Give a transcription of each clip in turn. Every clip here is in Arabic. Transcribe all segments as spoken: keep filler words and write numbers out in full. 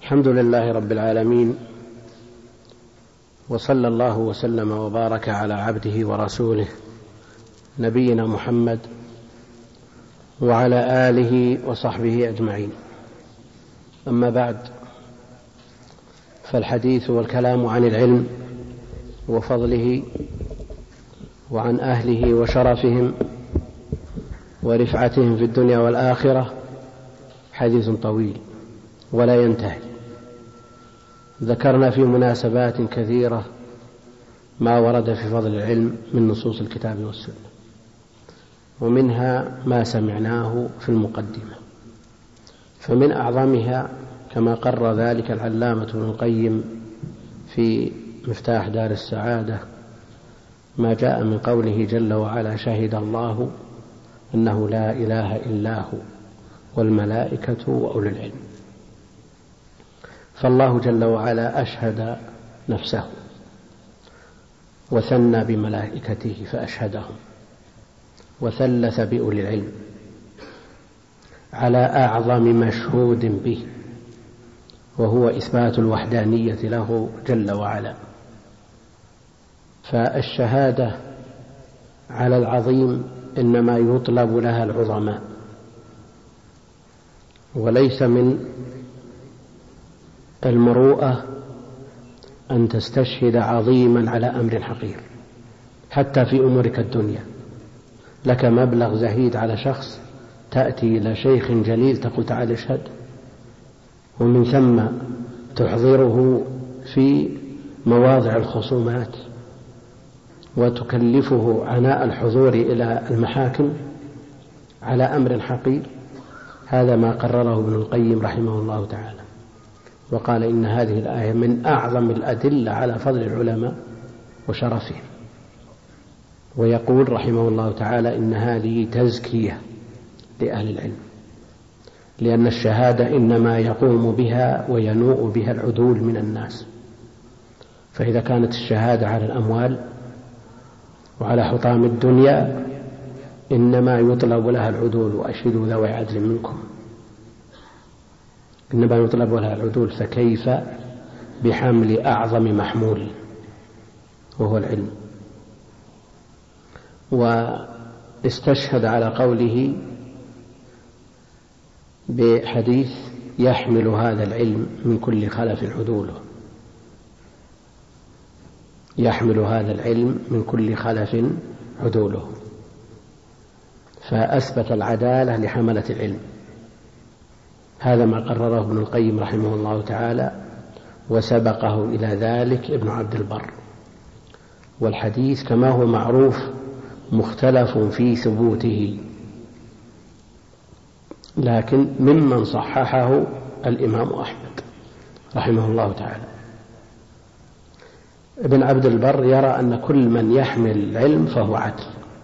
الحمد لله رب العالمين، وصلى الله وسلم وبارك على عبده ورسوله نبينا محمد وعلى آله وصحبه أجمعين. أما بعد، فالحديث والكلام عن العلم وفضله وعن أهله وشرفهم ورفعتهم في الدنيا والآخرة حديث طويل ولا ينتهي. ذكرنا في مناسبات كثيرة ما ورد في فضل العلم من نصوص الكتاب والسنة، ومنها ما سمعناه في المقدمة. فمن أعظمها كما قرر ذلك العلامة ابن القيم في مفتاح دار السعادة ما جاء من قوله جل وعلا: شهد الله أنه لا إله إلا هو والملائكة وأولو العلم. فالله جل وعلا أشهد نفسه وثنى بملائكته فأشهدهم، وثلث بأولي العلم على أعظم مشهود به، وهو إثبات الوحدانية له جل وعلا. فالشهادة على العظيم إنما يطلب لها العظماء، وليس من المروءة أن تستشهد عظيما على أمر حقير. حتى في أمورك الدنيا لك مبلغ زهيد على شخص، تأتي إلى شيخ جليل تقول: تعال اشهد، ومن ثم تحضره في مواضع الخصومات وتكلفه عناء الحضور إلى المحاكم على أمر حقير. هذا ما قرره ابن القيم رحمه الله تعالى، وقال إن هذه الآية من أعظم الأدلة على فضل العلماء وشرفهم. ويقول رحمه الله تعالى إن هذه تزكية لأهل العلم، لأن الشهادة إنما يقوم بها وينوء بها العدول من الناس. فإذا كانت الشهادة على الأموال وعلى حطام الدنيا إنما يطلب لها العدول، وأشهدوا ذوي عدل منكم، إنما يطلب لها العدول، فكيف بحمل أعظم محمول وهو العلم؟ واستشهد على قوله بحديث: يحمل هذا العلم من كل خلف عدوله، يحمل هذا العلم من كل خلف عدوله. فأثبت العدالة لحملة العلم. هذا ما قرره ابن القيم رحمه الله تعالى، وسبقه إلى ذلك ابن عبد البر. والحديث كما هو معروف مختلف في ثبوته، لكن ممن صححه الإمام أحمد رحمه الله تعالى. ابن عبد البر يرى أن كل من يحمل العلم فهو عدل،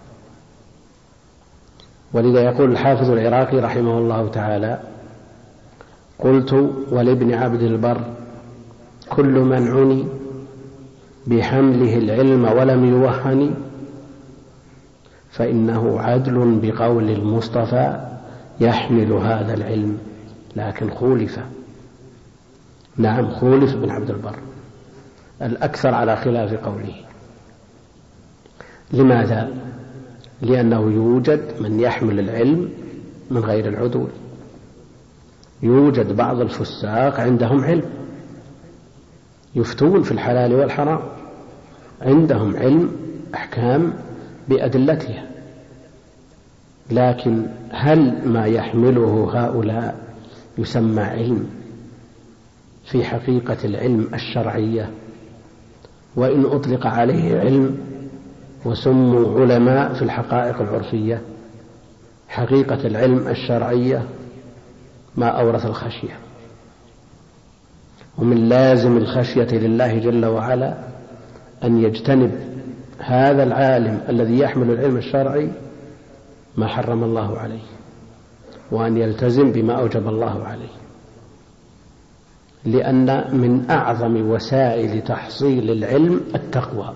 ولذا يقول الحافظ العراقي رحمه الله تعالى: قلت ولابن عبد البر: كل من عني بحمله العلم ولم يوهن فإنه عدل بقول المصطفى يحمل هذا العلم. لكن خولف، نعم خولف ابن عبد البر الأكثر على خلاف قوله. لماذا؟ لأنه يوجد من يحمل العلم من غير العدول. يوجد بعض الفساق عندهم علم، يفتون في الحلال والحرام، عندهم علم أحكام بأدلتها، لكن هل ما يحمله هؤلاء يسمى علم في حقيقة العلم الشرعية؟ وإن أطلق عليه علم وسموا علماء في الحقائق العرفية، حقيقة العلم الشرعية ما أورث الخشية. ومن لازم الخشية لله جل وعلا أن يجتنب هذا العالم الذي يحمل العلم الشرعي ما حرم الله عليه، وأن يلتزم بما أوجب الله عليه. لأن من أعظم وسائل تحصيل العلم التقوى،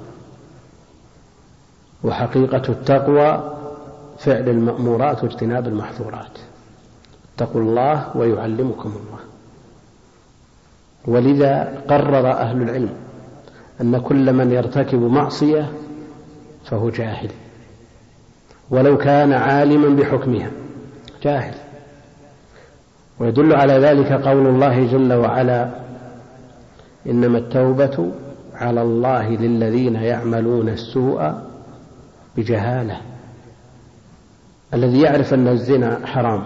وحقيقة التقوى فعل المأمورات واجتناب المحظورات. اتقوا الله ويعلمكم الله. ولذا قرر أهل العلم أن كل من يرتكب معصية فهو جاهل ولو كان عالما بحكمها، جاهل. ويدل على ذلك قول الله جل وعلا: إنما التوبة على الله للذين يعملون السوء بجهالة. الذي يعرف أن الزنا حرام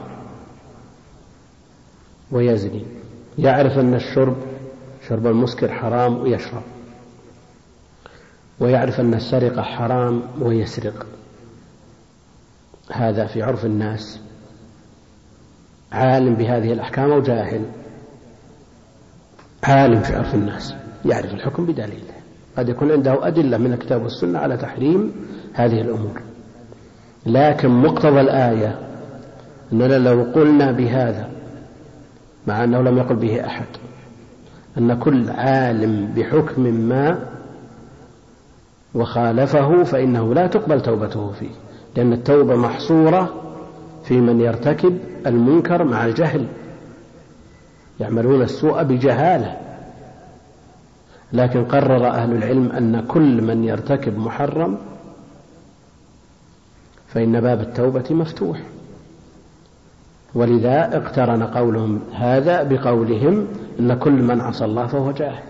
ويزني، يعرف أن الشرب شرب المسكر حرام ويشرب، ويعرف أن السرقة حرام ويسرق، هذا في عرف الناس عالم بهذه الأحكام أو جاهل؟ عالم في عرف الناس، يعرف الحكم بدليل، قد يكون عنده أدلة من الكتاب والسنة على تحريم هذه الأمور. لكن مقتضى الآية أننا لو قلنا بهذا، مع أنه لم يقل به أحد، أن كل عالم بحكم ما وخالفه فإنه لا تقبل توبته فيه، لأن التوبة محصورة في من يرتكب المنكر مع الجهل، يعملون السوء بجهالة. لكن قرر أهل العلم أن كل من يرتكب محرم فإن باب التوبة مفتوح، ولذا اقترن قولهم هذا بقولهم أن كل من عصى الله فهو جاهل.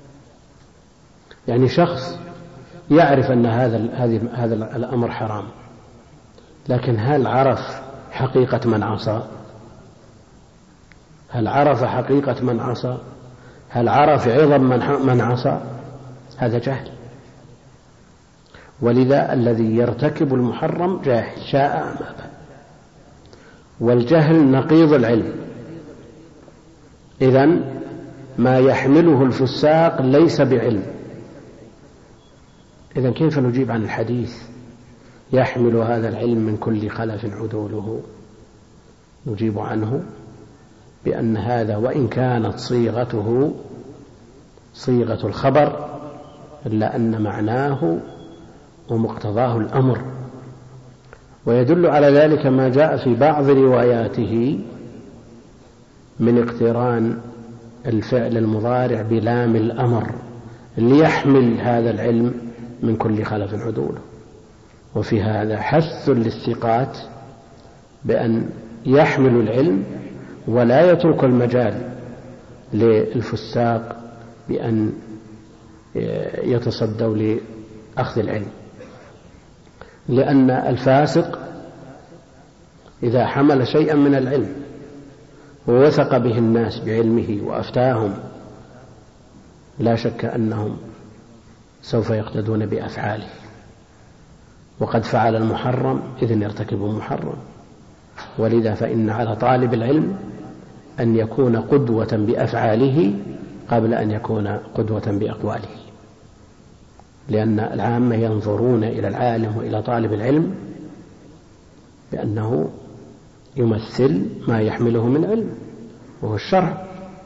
يعني شخص يعرف أن هذا هذا الأمر حرام، لكن هل عرف حقيقة من عصى؟ هل عرف حقيقة من عصى؟ هل عرف عظم من عصى؟ هذا جهل. ولذا الذي يرتكب المحرم جاهل شاء أم أبى، والجهل نقيض العلم. إذن ما يحمله الفساق ليس بعلم. إذن كيف نجيب عن الحديث يحمل هذا العلم من كل خلف عدوله؟ نجيب عنه بأن هذا وإن كانت صيغته صيغة الخبر إلا أن معناه ومقتضاه الأمر. ويدل على ذلك ما جاء في بعض رواياته من اقتران الفعل المضارع بلام الأمر ليحمل هذا العلم من كل خلف عدوله. وفي هذا حث للثقات بأن يحملوا العلم ولا يترك المجال للفساق بأن يتصدوا لأخذ العلم، لأن الفاسق إذا حمل شيئا من العلم ووثق به الناس بعلمه وأفتاهم لا شك أنهم سوف يقتدون بأفعاله، وقد فعل المحرم إذن يرتكب محرم. ولذا فإن على طالب العلم أن يكون قدوة بأفعاله قبل أن يكون قدوة بأقواله، لأن العامة ينظرون إلى العالم وإلى طالب العلم بأنه يمثل ما يحمله من علم وهو الشرع.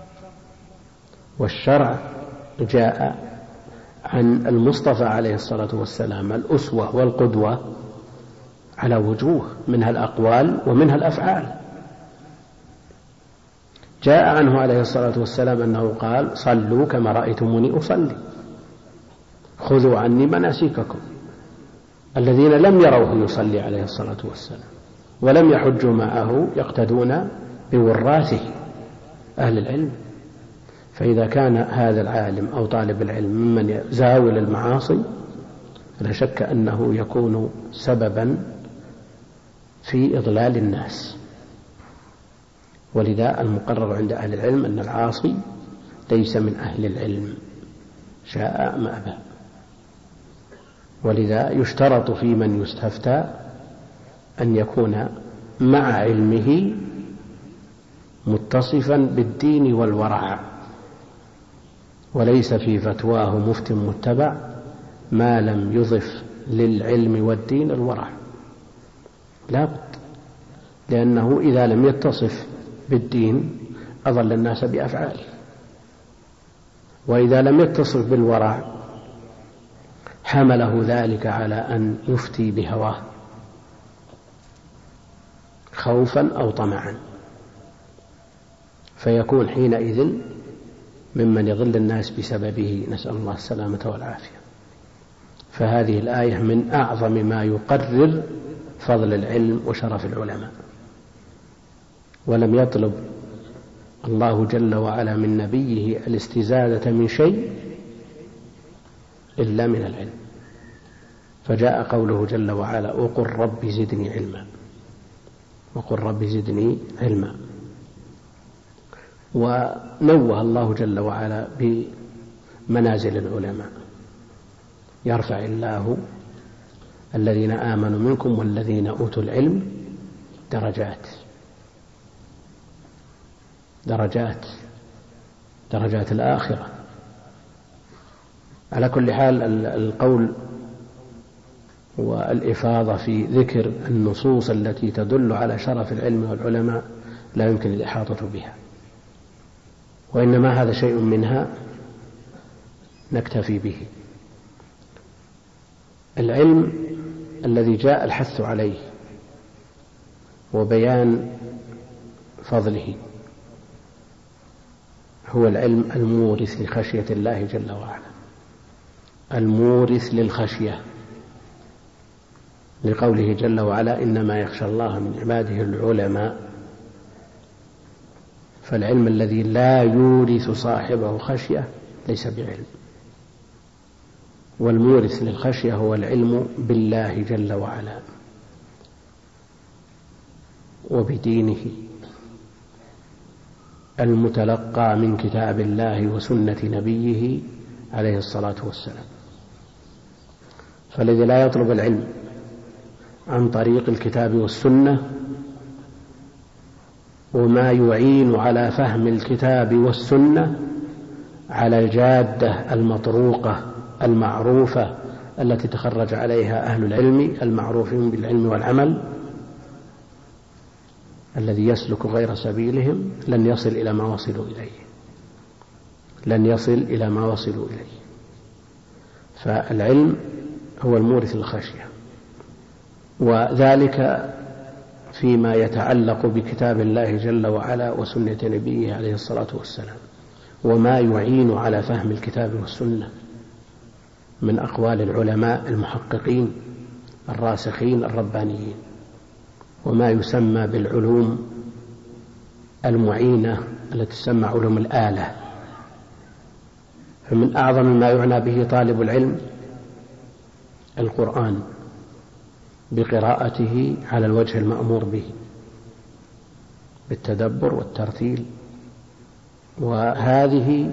والشرع جاء عن المصطفى عليه الصلاة والسلام الأسوة والقدوة على وجوه، منها الأقوال ومنها الأفعال. جاء عنه عليه الصلاة والسلام أنه قال: صلوا كما رأيتموني أصلي، خذوا عني مناسككم. الذين لم يروه يصلي عليه الصلاة والسلام ولم يحجوا معه يقتدون بوراثه أهل العلم. فإذا كان هذا العالم أو طالب العلم ممن يزاول المعاصي لا شك أنه يكون سببا في إضلال الناس. ولذا المقرر عند أهل العلم أن العاصي ليس من أهل العلم شاء ما أبى. ولذا يشترط في من يستفتى أن يكون مع علمه متصفا بالدين والورع، وليس في فتواه مفت متبع ما لم يضف للعلم والدين الورع. لا بد، لأنه إذا لم يتصف بالدين أضل الناس بأفعاله، وإذا لم يتصف بالورع حمله ذلك على أن يفتي بهواه خوفا أو طمعا، فيكون حينئذ ممن يضل الناس بسببه، نسأل الله السلامة والعافية. فهذه الآية من أعظم ما يقرر فضل العلم وشرف العلماء. ولم يطلب الله جل وعلا من نبيه الاستزادة من شيء إلا من العلم، فجاء قوله جل وعلا وقل رب زدني علما، وقل رب زدني علما. ونوه الله جل وعلا بمنازل العلماء، يرفع الله الذين آمنوا منكم والذين أوتوا العلم درجات درجات درجات الآخرة. على كل حال القول والإفاضة في ذكر النصوص التي تدل على شرف العلم والعلماء لا يمكن الإحاطة بها، وإنما هذا شيء منها نكتفي به. العلم الذي جاء الحث عليه وبيان فضله هو العلم المورث لخشية الله جل وعلا، المورث للخشية، لقوله جل وعلا إنما يخشى الله من عباده العلماء. فالعلم الذي لا يورث صاحبه خشية ليس بعلم، والمورث للخشية هو العلم بالله جل وعلا وبدينه المتلقى من كتاب الله وسنة نبيه عليه الصلاة والسلام. فالذي لا يطلب العلم عن طريق الكتاب والسنة وما يعين على فهم الكتاب والسنة على الجادة المطروقة المعروفة التي تخرج عليها أهل العلم المعروفين بالعلم والعمل، الذي يسلك غير سبيلهم لن يصل إلى ما وصلوا إليه لن يصل إلى ما وصلوا إليه. فالعلم هو المورث للخشية، وذلك فيما يتعلق بكتاب الله جل وعلا وسنة نبيه عليه الصلاة والسلام، وما يعين على فهم الكتاب والسنة من أقوال العلماء المحققين الراسخين الربانيين، وما يسمى بالعلوم المعينة التي تسمى علوم الآلة. فمن أعظم ما يعنى به طالب العلم القرآن بقراءته على الوجه المأمور به بالتدبر والترتيل. وهذه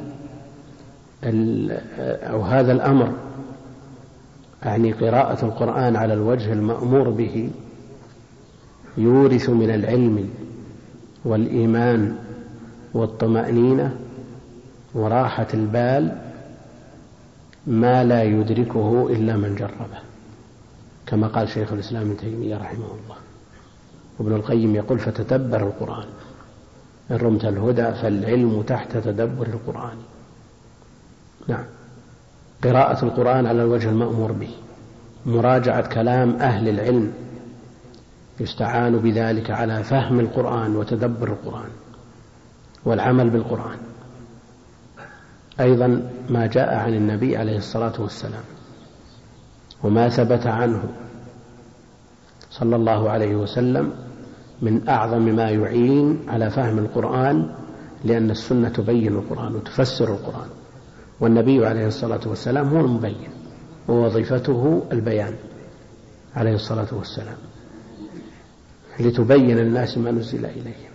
أو هذا الأمر يعني قراءة القرآن على الوجه المأمور به يورث من العلم والإيمان والطمأنينة وراحة البال ما لا يدركه إلا من جربه، كما قال شيخ الإسلام ابن تيمية رحمه الله. وابن القيم يقول فتدبر القرآن إن رمت الهدى فالعلم تحت تدبر القرآن. نعم، قراءة القرآن على الوجه المأمور به، مراجعة كلام أهل العلم يستعان بذلك على فهم القرآن وتدبر القرآن والعمل بالقرآن. أيضا ما جاء عن النبي عليه الصلاة والسلام وما ثبت عنه صلى الله عليه وسلم من أعظم ما يعين على فهم القرآن، لأن السنة تبين القرآن وتفسر القرآن، والنبي عليه الصلاة والسلام هو المبين ووظيفته البيان عليه الصلاة والسلام لتبين الناس ما نزل إليهم.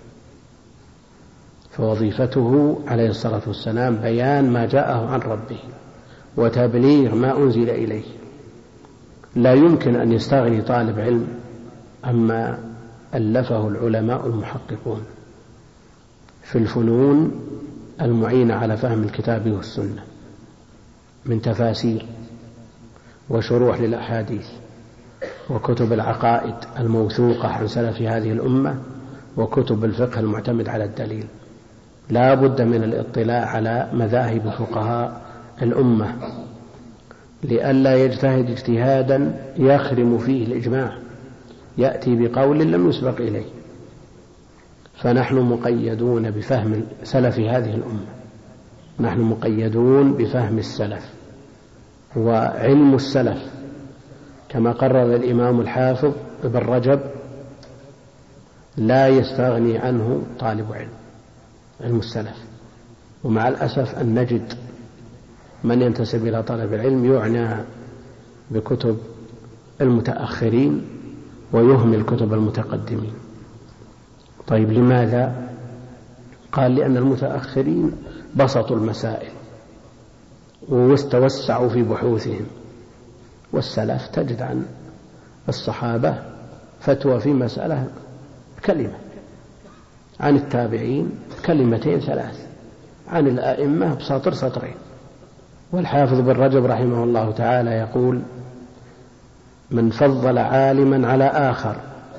فوظيفته عليه الصلاة والسلام بيان ما جاءه عن ربه وتبليغ ما أنزل إليه. لا يمكن أن يستغني طالب علم عما ألفه العلماء المحققون في الفنون المعينة على فهم الكتاب والسنة من تفاسير وشروح للأحاديث وكتب العقائد الموثوقة عن سلف هذه الأمة وكتب الفقه المعتمد على الدليل. لا بد من الاطلاع على مذاهب فقهاء الأمة لئلا يجتهد اجتهادا يخرم فيه الإجماع، يأتي بقول لم يسبق إليه. فنحن مقيدون بفهم سلف هذه الأمة نحن مقيدون بفهم السلف، وعلم السلف كما قرر الإمام الحافظ ابن رجب لا يستغني عنه طالب علم، علم السلف. ومع الأسف أن نجد من ينتسب إلى طلب العلم يعنى بكتب المتأخرين ويهمل كتب المتقدمين. طيب لماذا؟ قال لأن المتأخرين بسطوا المسائل واستوسعوا في بحوثهم، والسلف تجد عن الصحابة فتوى في مسألة كلمة، عن التابعين كلمتين ثلاث، عن الأئمة بسطر سطرين. والحافظ بن رجب رحمه الله تعالى يقول: من فضل عالما على آخر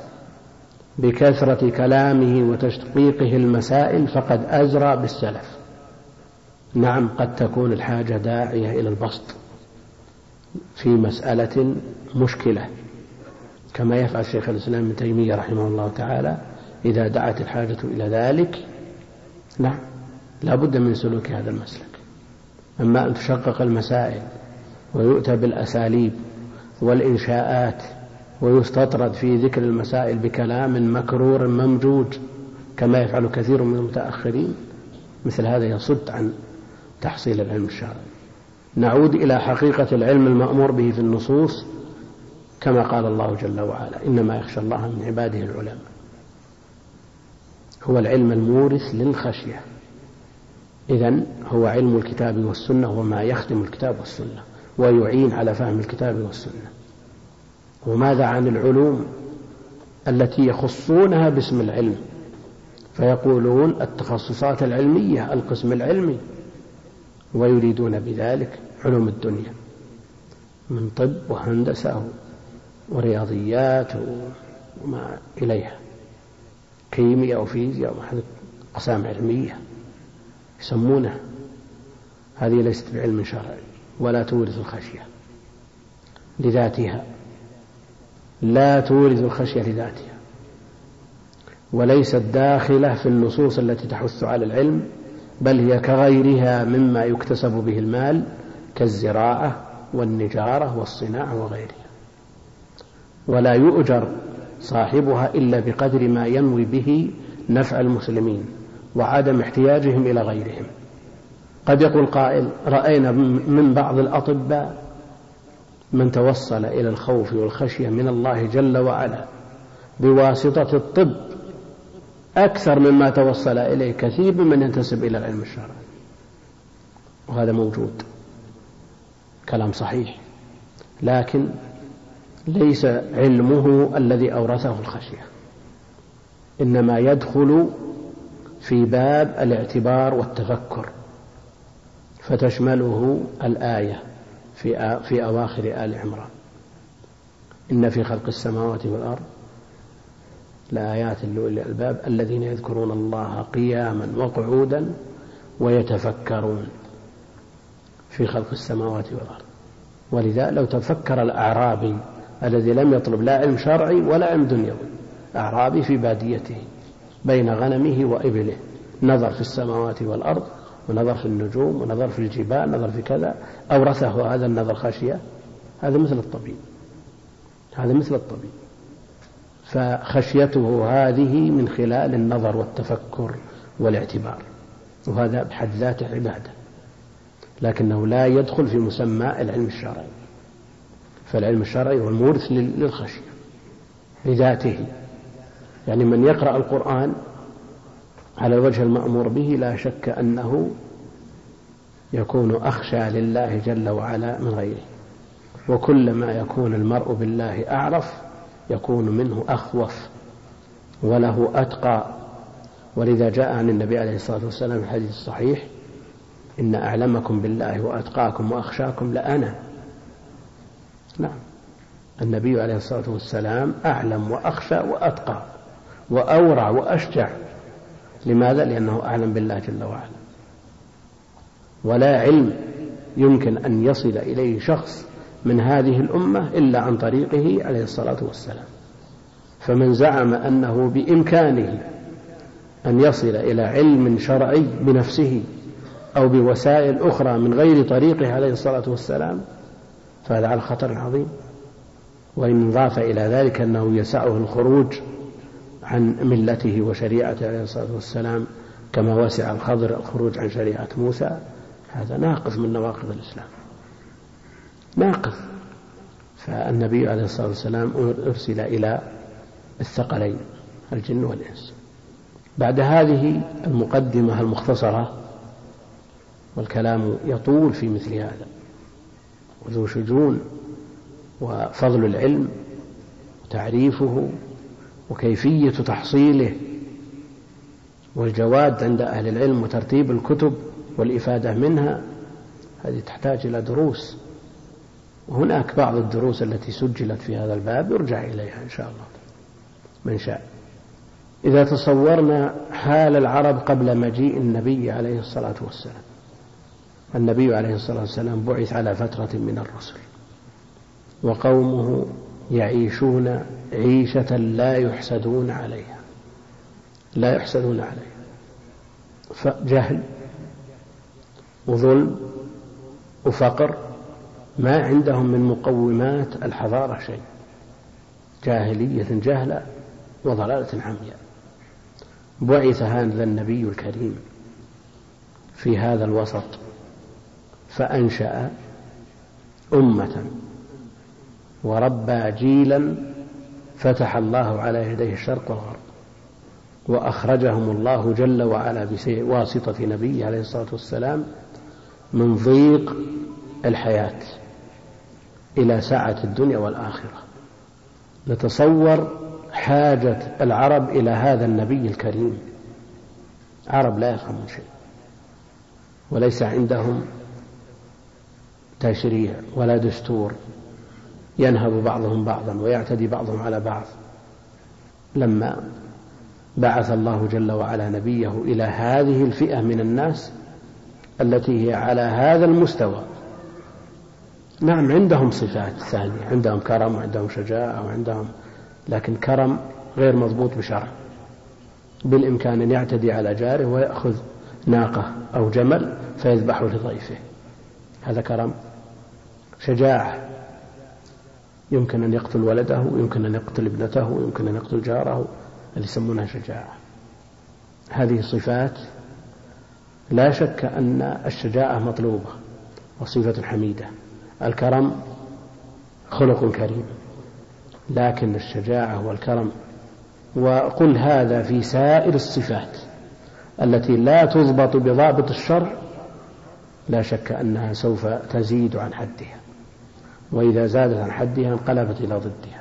بكثرة كلامه وتشقيقه المسائل فقد أزرى بالسلف. نعم، قد تكون الحاجة داعية إلى البسط في مسألة مشكلة، كما يفعل شيخ الإسلام ابن تيمية رحمه الله تعالى إذا دعت الحاجة إلى ذلك. نعم، لا بد من سلوك هذا المسلك. أما أن تشقق المسائل ويؤتى بالأساليب والإنشاءات ويستطرد في ذكر المسائل بكلام مكرور ممجوج كما يفعل كثير من المتأخرين، مثل هذا يصد عن تحصيل العلم الشرعي. نعود إلى حقيقة العلم المأمور به في النصوص، كما قال الله جل وعلا: إنما يخشى الله من عباده العلماء. هو العلم المورث للخشية، إذن هو علم الكتاب والسنة وما يخدم الكتاب والسنة ويعين على فهم الكتاب والسنة. وماذا عن العلوم التي يخصونها باسم العلم فيقولون التخصصات العلمية، القسم العلمي، ويريدون بذلك علوم الدنيا من طب وهندسة ورياضيات وما إليها، كيمياء وفيزياء وأقسام علمية يسمونها. هذه ليست بعلم شرعي ولا تورث الخشية لذاتها، لا تورث الخشية لذاتها، وليست داخلة في النصوص التي تحث على العلم، بل هي كغيرها مما يكتسب به المال كالزراعة والنجارة والصناعة وغيرها، ولا يؤجر صاحبها إلا بقدر ما ينوي به نفع المسلمين وعدم احتياجهم إلى غيرهم. قد يقول قائل: رأينا من بعض الأطباء من توصل إلى الخوف والخشية من الله جل وعلا بواسطة الطب أكثر مما توصل إليه كثير ممن ينتسب إلى العلم الشرعي، وهذا موجود، كلام صحيح، لكن ليس علمه الذي أورثه الخشية، إنما يدخل في باب الاعتبار والتفكر، فتشمله الآية في في أواخر آل عمران: إن في خلق السماوات والأرض لآيات لأولي الألباب الذين يذكرون الله قياما وقعودا ويتفكرون في خلق السماوات والأرض. ولذا لو تفكر الأعرابي الذي لم يطلب لا علم شرعي ولا علم دنيوي، أعرابي في باديته بين غنمه وإبله، نظر في السماوات والأرض ونظر في النجوم ونظر في الجبال، نظر في كذا، أورثه هذا النظر خشية. هذا مثل الطبيب، هذا مثل الطبيب، فخشيته هذه من خلال النظر والتفكر والاعتبار، وهذا بحد ذاته عبادة، لكنه لا يدخل في مسمى العلم الشرعي. فالعلم الشرعي هو المورث للخشية لذاته، يعني من يقرأ القرآن على الوجه المأمور به لا شك أنه يكون أخشى لله جل وعلا من غيره، وكلما يكون المرء بالله أعرف يكون منه أخوف وله أتقى. ولذا جاء عن النبي عليه الصلاة والسلام في الحديث الصحيح: إن أعلمكم بالله وأتقاكم وأخشاكم لأنا. نعم، النبي عليه الصلاة والسلام أعلم وأخشى وأتقى وأورع وأشجع. لماذا؟ لأنه أعلم بالله جل وعلا، ولا علم يمكن أن يصل إليه شخص من هذه الأمة إلا عن طريقه عليه الصلاة والسلام. فمن زعم أنه بإمكانه أن يصل إلى علم شرعي بنفسه أو بوسائل أخرى من غير طريقه عليه الصلاة والسلام فهذا على خطر عظيم. وإن ضاف إلى ذلك أنه يسعه الخروج عن ملته وشريعته عليه الصلاة والسلام كما وسع الخضر الخروج عن شريعة موسى، هذا ناقض من نواقض الإسلام، ناقض. فالنبي عليه الصلاة والسلام أرسل إلى الثقلين الجن والإنس. بعد هذه المقدمة المختصرة، والكلام يطول في مثل هذا وذو شجون، وفضل العلم وتعريفه وكيفية تحصيله والجواد عند أهل العلم وترتيب الكتب والإفادة منها، هذه تحتاج إلى دروس. وهناك بعض الدروس التي سجلت في هذا الباب يرجع إليها إن شاء الله من شاء. إذا تصورنا حال العرب قبل مجيء النبي عليه الصلاة والسلام، النبي عليه الصلاة والسلام بعث على فترة من الرسل، وقومه يعيشون عيشة لا يحسدون عليها، لا يحسدون عليها، فجهل وظلم وفقر، ما عندهم من مقومات الحضارة شيء، جاهلية جهلة وضلالة عمياء. بعث هذا النبي الكريم في هذا الوسط فأنشأ أمة وربى جيلا فتح الله على يديه الشرق والغرب، وأخرجهم الله جل وعلا بواسطة نبيه عليه الصلاة والسلام من ضيق الحياة إلى سعة الدنيا والآخرة. نتصور حاجة العرب إلى هذا النبي الكريم. عرب لا يفهمون شيء، وليس عندهم تشريع ولا دستور، ينهب بعضهم بعضا ويعتدي بعضهم على بعض. لما بعث الله جل وعلا نبيه إلى هذه الفئة من الناس التي هي على هذا المستوى، نعم عندهم صفات ثانية، عندهم كرم وعندهم شجاعة وعندهم، لكن كرم غير مضبوط بشرع. بالإمكان أن يعتدي على جاره ويأخذ ناقة أو جمل فيذبحه لضيفه، هذا كرم. شجاعة، يمكن أن يقتل ولده ويمكن أن يقتل ابنته ويمكن أن يقتل جاره، اللي يسمونها شجاعة. هذه صفات لا شك أن الشجاعة مطلوبة وصفة حميدة. الكرم خلق كريم، لكن الشجاعة والكرم، وقل هذا في سائر الصفات التي لا تضبط بضابط الشرع، لا شك أنها سوف تزيد عن حدها، وإذا زادت عن حدها انقلبت إلى ضدها.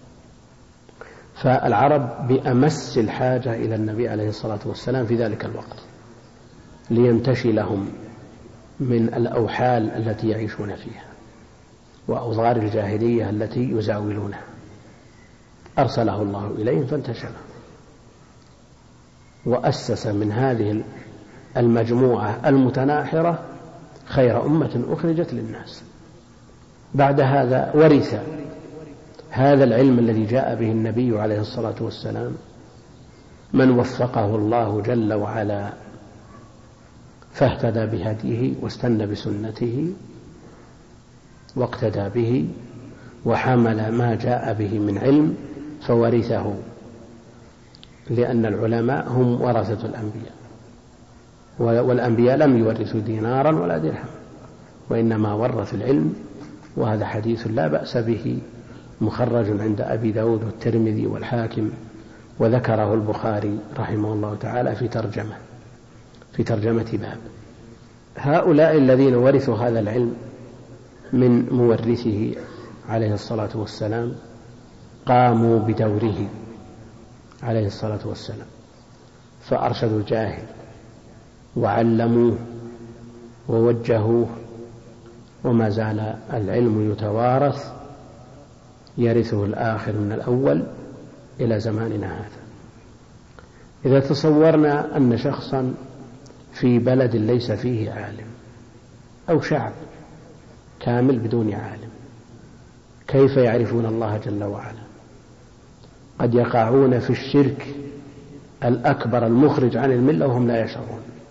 فالعرب بأمس الحاجة إلى النبي عليه الصلاة والسلام في ذلك الوقت لينتشي لهم من الأوحال التي يعيشون فيها وأوضار الجاهلية التي يزاولونها. أرسله الله إليهم فانتشر، وأسس من هذه المجموعة المتناحرة خير أمة أخرجت للناس. بعد هذا ورث هذا العلم الذي جاء به النبي عليه الصلاة والسلام من وفقه الله جل وعلا فاهتدى بهديه واستنى بسنته واقتدى به وحمل ما جاء به من علم فورثه، لأن العلماء هم ورثة الأنبياء، والأنبياء لم يورثوا دينارا ولا درهم، وإنما ورثوا العلم. وهذا حديث لا بأس به، مخرج عند أبي داود والترمذي والحاكم، وذكره البخاري رحمه الله تعالى في ترجمة في ترجمة باب. هؤلاء الذين ورثوا هذا العلم من مورثه عليه الصلاة والسلام قاموا بدوره عليه الصلاة والسلام، فأرشدوا الجاهل وعلموه ووجهوه، وما زال العلم يتوارث يرثه الآخر من الأول إلى زماننا هذا. إذا تصورنا أن شخصا في بلد ليس فيه عالم أو شعب كامل بدون عالم، كيف يعرفون الله جل وعلا؟ قد يقعون في الشرك الأكبر المخرج عن الملة وهم لا يشعرون،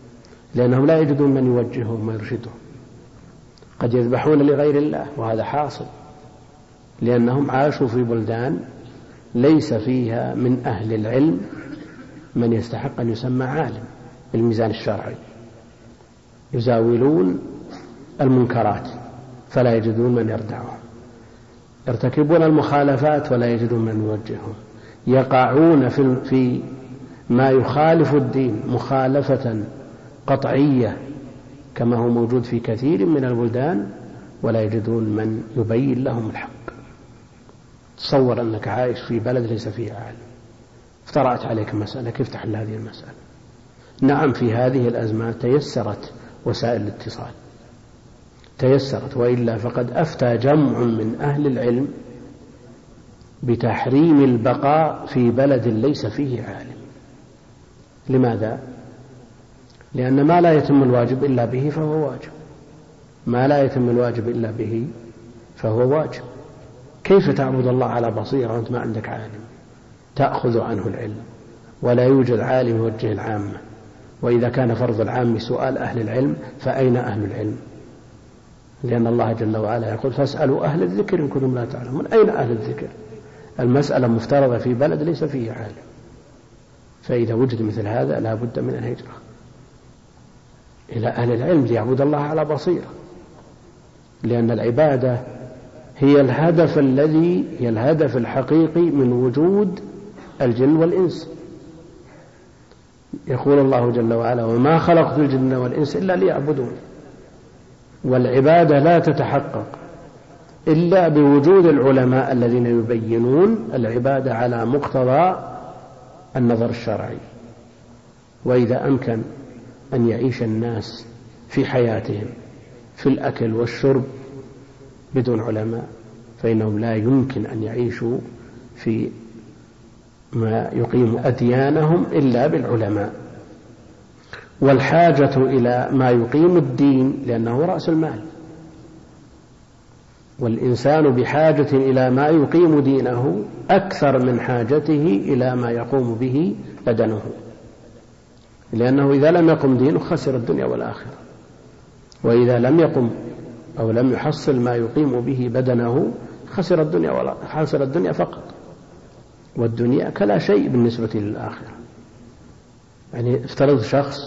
لأنهم لا يجدون من يوجههم ويرشدهم. قد يذبحون لغير الله، وهذا حاصل لأنهم عاشوا في بلدان ليس فيها من أهل العلم من يستحق أن يسمى عالم بالميزان الشرعي، يزاولون المنكرات فلا يجدون من يردعهم، يرتكبون المخالفات ولا يجدون من يوجههم، يقعون في ما يخالف الدين مخالفة قطعية كما هو موجود في كثير من البلدان ولا يجدون من يبين لهم الحق. تصور أنك عايش في بلد ليس فيه عالم، افترأت عليك مسألة، كيف تحل هذه المسألة؟ نعم، في هذه الأزمان تيسرت وسائل الاتصال، تيسرت، وإلا فقد أفتى جمع من أهل العلم بتحريم البقاء في بلد ليس فيه عالم. لماذا؟ لأن ما لا يتم الواجب إلا به فهو واجب، ما لا يتم الواجب إلا به فهو واجب. كيف تعبد الله على بصيرة وأنت ما عندك عالم تأخذ عنه العلم ولا يوجد عالم يوجه العامة؟ وإذا كان فرض العام سؤال أهل العلم فأين أهل العلم؟ لأن الله جل وعلا يقول فاسألوا أهل الذكر إن كنتم لا تعلمون. أين أهل الذكر؟ المسألة مفترضة في بلد ليس فيه عالم، فإذا وجد مثل هذا لا بد من الهجرة إلى أهل العلم ليعبد الله على بصيرة، لأن العبادة هي الهدف الذي هي الهدف الحقيقي من وجود الجن والإنس. يقول الله جل وعلا وما خلقت الجن والإنس إلا ليعبدون. والعبادة لا تتحقق إلا بوجود العلماء الذين يبينون العبادة على مقتضى النظر الشرعي. وإذا أمكن أن يعيش الناس في حياتهم في الأكل والشرب بدون علماء فإنهم لا يمكن أن يعيشوا في ما يقيم أديانهم إلا بالعلماء. والحاجة إلى ما يقيم الدين لأنه رأس المال، والإنسان بحاجة إلى ما يقيم دينه أكثر من حاجته إلى ما يقوم به بدنه، لأنه إذا لم يقم دينه خسر الدنيا والآخرة، وإذا لم يقم أو لم يحصل ما يقيم به بدنه خسر الدنيا ولا خسر الدنيا فقط، والدنيا كلا شيء بالنسبة للآخرة. يعني افترض شخص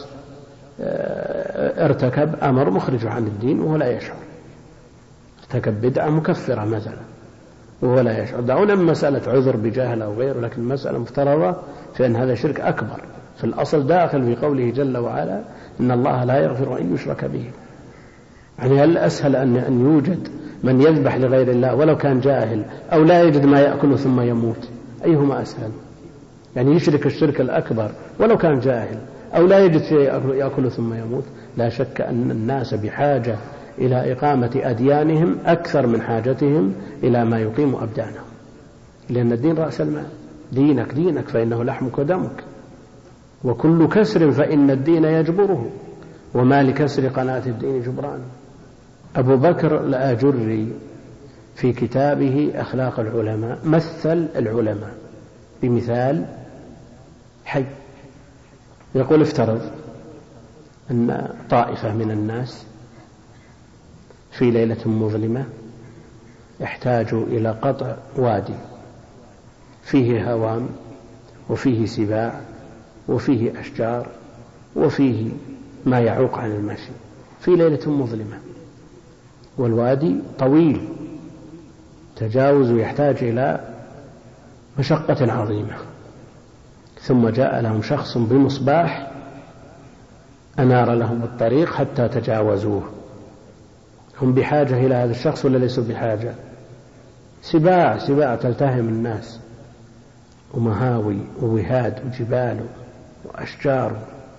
ارتكب أمر مخرج عن الدين وهو لا يشعر، ارتكب بدعة مكفرة مثلا وهو لا يشعر، دعونا من مسألة عذر بجهل أو غيره، لكن المسألة مفترضة فإن هذا شرك أكبر في الأصل داخل في قوله جل وعلا إن الله لا يغفر أن يشرك به. يعني هل أسهل أن يوجد من يذبح لغير الله ولو كان جاهل أو لا يجد ما يأكله ثم يموت؟ أيهما أسهل؟ يعني يشرك الشرك الأكبر ولو كان جاهل أو لا يجد شيء يأكله ثم يموت. لا شك أن الناس بحاجة إلى إقامة أديانهم أكثر من حاجتهم إلى ما يقيم أبدانهم، لأن الدين رأس المال. دينك دينك فإنه لحمك ودمك، وكل كسر فإن الدين يجبره، وما لكسر قناة الدين جبران. أبو بكر الآجري في كتابه أخلاق العلماء مثل العلماء بمثال حي. يقول افترض أن طائفة من الناس في ليلة مظلمة يحتاجوا إلى قطع وادي فيه هوام وفيه سباع وفيه أشجار وفيه ما يعوق عن المشي في ليلة مظلمة، والوادي طويل تجاوز يحتاج إلى مشقة عظيمة. ثم جاء لهم شخص بمصباح أنار لهم الطريق حتى تجاوزوه. هم بحاجة إلى هذا الشخص ولا ليسوا بحاجة؟ سباع سباع تلتهم الناس، ومهاوي ووهاد وجبال وأشجار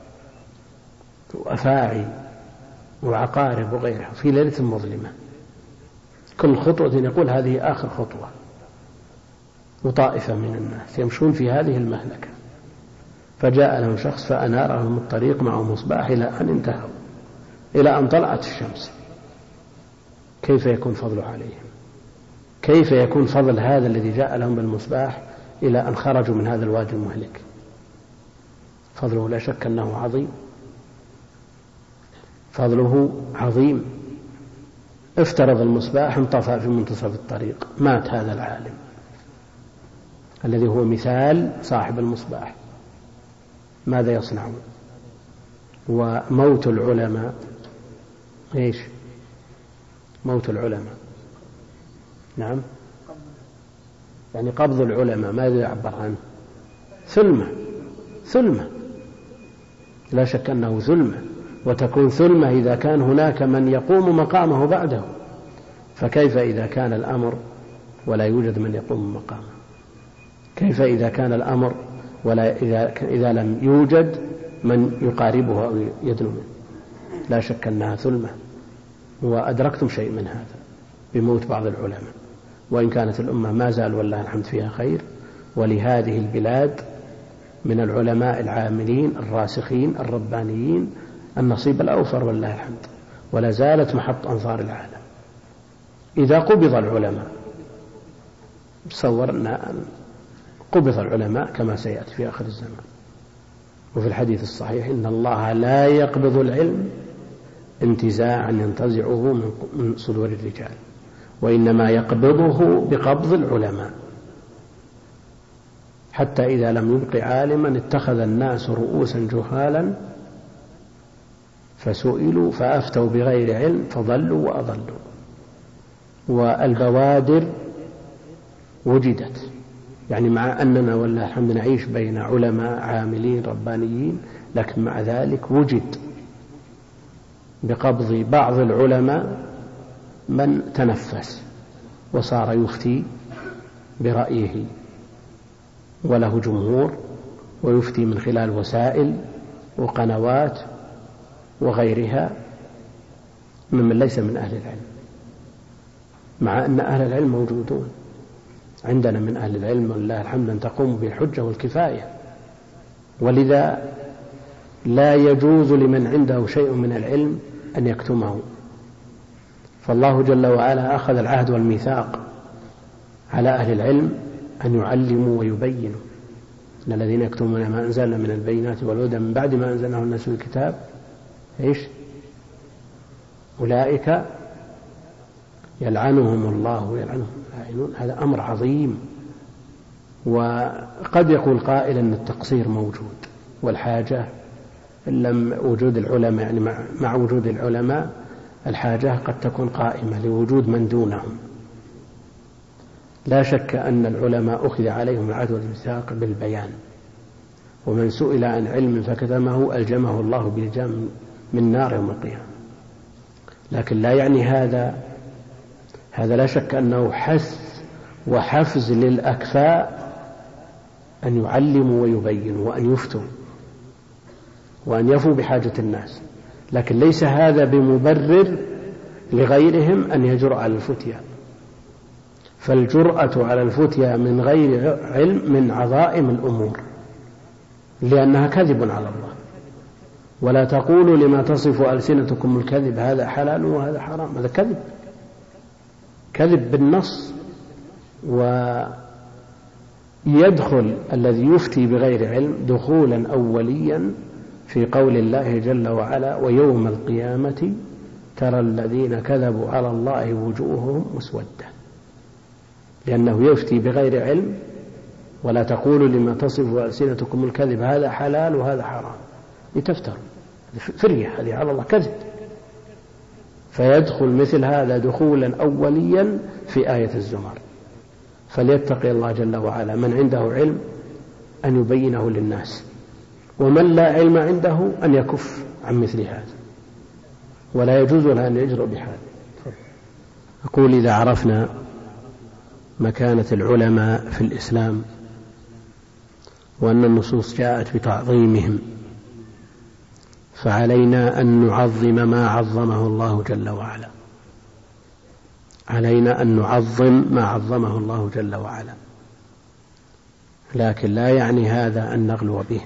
وأفاعي وعقارب وغيرها في ليلة مظلمة. كل خطوة يقول هذه آخر خطوة، وطائفة من الناس يمشون في هذه المهلكة، فجاء لهم شخص فأنار لهم الطريق معه مصباح إلى أن انتهوا، إلى أن طلعت الشمس. كيف يكون فضله عليهم؟ كيف يكون فضل هذا الذي جاء لهم بالمصباح إلى أن خرجوا من هذا الوادي المهلك؟ فضله لا شك أنه عظيم. فضله عظيم. افترض المصباح انطفأ في منتصف الطريق، مات هذا العالم الذي هو مثال صاحب المصباح، ماذا يصنعون؟ وموت العلماء ايش؟ موت العلماء نعم، يعني قبض العلماء ماذا يعبر عنه؟ ثلمة، ثلمة لا شك أنه ثلمة، وتكون ثلمة إذا كان هناك من يقوم مقامه بعده، فكيف إذا كان الأمر ولا يوجد من يقوم مقامه؟ كيف إذا كان الأمر ولا إذا, إذا لم يوجد من يقاربه أو يدنو منه؟ لا شك أنها ثلمة، وأدركتم شيء من هذا بموت بعض العلماء، وإن كانت الأمة ما زال والله الحمد فيها خير، ولهذه البلاد من العلماء العاملين الراسخين الربانيين النصيب الأوفر والله الحمد، ولا زالت محط أنظار العالم. إذا قبض العلماء، تصور أن قبض العلماء كما سيأتي في آخر الزمان، وفي الحديث الصحيح إن الله لا يقبض العلم انتزاعا ينتزعه من صدور الرجال، وإنما يقبضه بقبض العلماء، حتى إذا لم يبق عالما اتخذ الناس رؤوسا جهالا فسئلوا فأفتوا بغير علم فضلوا وأضلوا. والبوادر وجدت، يعني مع أننا والله الحمد نعيش بين علماء عاملين ربانيين، لكن مع ذلك وجد بقبض بعض العلماء من تنفس وصار يفتي برأيه وله جمهور، ويفتي من خلال وسائل وقنوات وغيرها ممن ليس من أهل العلم، مع أن أهل العلم موجودون عندنا من أهل العلم والله الحمد أن تقوم بالحجة والكفاية، ولذا لا يجوز لمن عنده شيء من العلم أن يكتمه، فالله جل وعلا أخذ العهد والميثاق على أهل العلم أن يعلموا ويبينوا. إن الذين يكتمون ما أنزلنا من البينات والهدى من بعد ما أنزلناه الناس في الكتاب إيش؟ أولئك يلعنهم الله ويلعنهم اللاعنون. هذا أمر عظيم. وقد يقول قائل أن التقصير موجود والحاجة إن لم وجود العلماء، يعني مع, مع وجود العلماء الحاجة قد تكون قائمة لوجود من دونهم. لا شك أن العلماء أخذ عليهم العهد والميثاق بالبيان، ومن سئل عن علم فكتمه ألجمه الله بلجام من نار يوم القيامة. لكن لا يعني هذا هذا لا شك أنه حث وحفز للأكفاء أن يعلموا ويبينوا وأن يفتوا وأن يفوا بحاجة الناس، لكن ليس هذا بمبرر لغيرهم أن يجرؤ على الفتيا، فالجرأة على الفتيا من غير علم من عظائم الأمور، لأنها كذب على الله. ولا تقولوا لما تصف ألسنتكم الكذب هذا حلال وهذا حرام، هذا كذب، كذب بالنص. ويدخل الذي يفتي بغير علم دخولا أوليا في قول الله جل وعلا ويوم القيامة ترى الذين كذبوا على الله وجوههم مسودة، لأنه يفتي بغير علم. ولا تقولوا لما تصف ألسنتكم الكذب هذا حلال وهذا حرام، لتفتروا، فرية هذه على الله كذب. فيدخل مثل هذا دخولا أوليا في آية الزمر. فليتقي الله جل وعلا من عنده علم أن يبينه للناس، ومن لا علم عنده أن يكف عن مثل هذا، ولا يجوز له أن يجرؤ بحال. أقول إذا عرفنا مكانة العلماء في الإسلام وأن النصوص جاءت بتعظيمهم، فعلينا أن نعظم ما عظمه الله جل وعلا، علينا أن نعظم ما عظمه الله جل وعلا، لكن لا يعني هذا أن نغلو بهم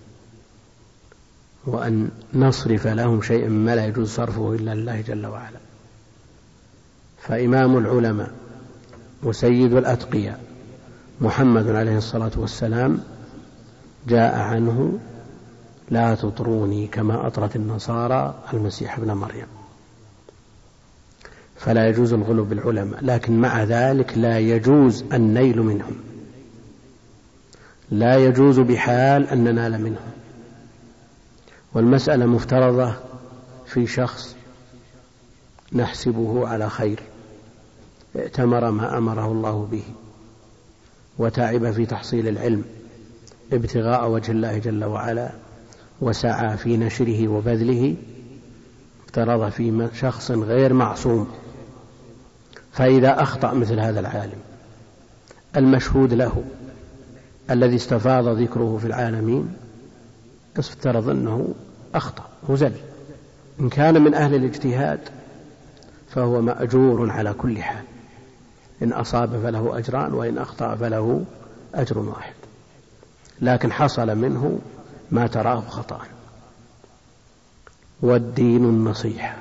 وأن نصرف لهم شيئا ما لا يجوز صرفه إلا لله جل وعلا. فإمام العلماء وسيد لا تطروني كما أطرت النصارى المسيح ابن مريم. فلا يجوز الغلو بالعلماء، لكن مع ذلك لا يجوز النيل منهم، لا يجوز بحال أن ننال منهم. والمسألة مفترضة في شخص نحسبه على خير، ائتمر ما أمره الله به وتعب في تحصيل العلم ابتغاء وجه الله جل وعلا، وسعى في نشره وبذله، افترض في شخص غير معصوم. فإذا أخطأ مثل هذا العالم المشهود له الذي استفاض ذكره في العالمين، افترض أنه أخطأ وزل. إن كان من أهل الاجتهاد فهو مأجور على كل حال، إن أصاب فله أجران وإن أخطأ فله أجر واحد. لكن حصل منه ما تراه خطأ. والدين النصيحة،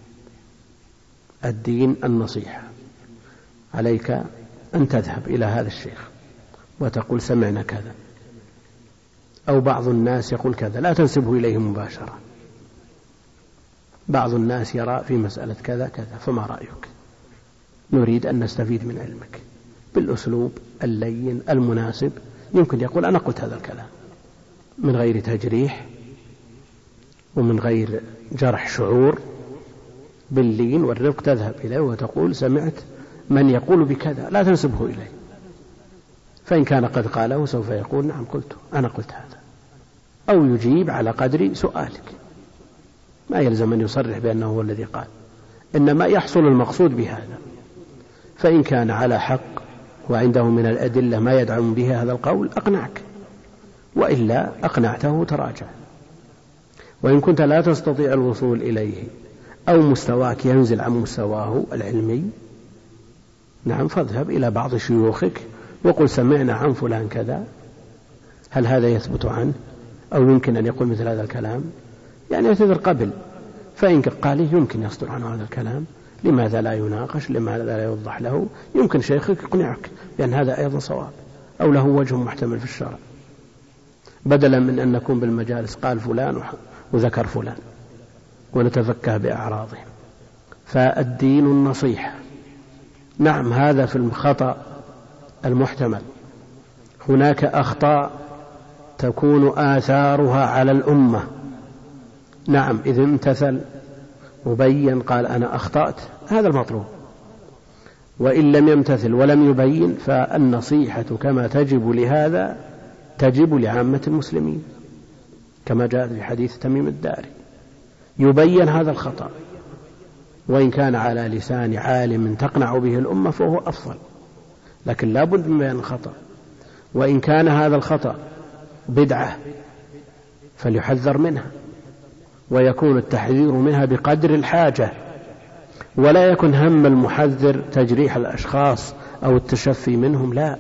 الدين النصيحة. عليك أن تذهب إلى هذا الشيخ وتقول سمعنا كذا، أو بعض الناس يقول كذا، لا تنسبه إليه مباشرة. بعض الناس يرى في مسألة كذا كذا، فما رأيك؟ نريد أن نستفيد من علمك بالأسلوب اللين المناسب. يمكن يقول أنا قلت هذا الكلام من غير تجريح ومن غير جرح شعور، باللين والرفق تذهب إليه وتقول سمعت من يقول بكذا، لا تنسبه إليه. فإن كان قد قاله سوف يقول نعم قلت، أنا قلت هذا، أو يجيب على قدر سؤالك. ما يلزم أن يصرح بأنه هو الذي قال، إنما يحصل المقصود بهذا. فإن كان على حق وعنده من الأدلة ما يدعم به هذا القول أقنعك، وإلا أقنعته تراجع. وإن كنت لا تستطيع الوصول إليه أو مستواك ينزل عن مستواه العلمي، نعم فاذهب إلى بعض شيوخك وقل سمعنا عن فلان كذا، هل هذا يثبت عنه أو يمكن أن يقول مثل هذا الكلام؟ يعني يعتذر قبل. فإن قال يمكن يصدر عنه هذا الكلام، لماذا لا يناقش؟ لماذا لا يوضح له؟ يمكن شيخك يقنعك بأن هذا أيضا صواب أو له وجه محتمل في الشرع، بدلا من أن نكون بالمجالس قال فلان وذكر فلان ونتفكه بأعراضهم. فالدين النصيحة. نعم هذا في الخطأ المحتمل. هناك أخطاء تكون آثارها على الأمة، نعم إذا امتثل وبين قال أنا أخطأت، هذا المطلوب. وإن لم يمتثل ولم يبين فالنصيحة كما تجب لهذا تجب لعامة المسلمين، كما جاء في حديث تميم الداري، يبين هذا الخطأ، وإن كان على لسان عالم تقنع به الأمة فهو أفضل، لكن لا بد من بيان الخطأ. وإن كان هذا الخطأ بدعة فليحذر منها، ويكون التحذير منها بقدر الحاجة، ولا يكن هم المحذر تجريح الأشخاص أو التشفي منهم، لا،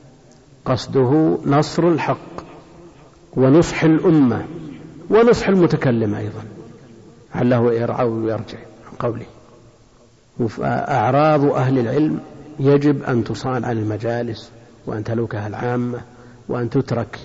قصده نصر الحق ونصح الأمة ونصح المتكلم أيضا عله يرعى ويرجع عن قوله. وأعراض أهل العلم يجب أن تصان عن المجالس وأن تلوكها العامة، وأن تترك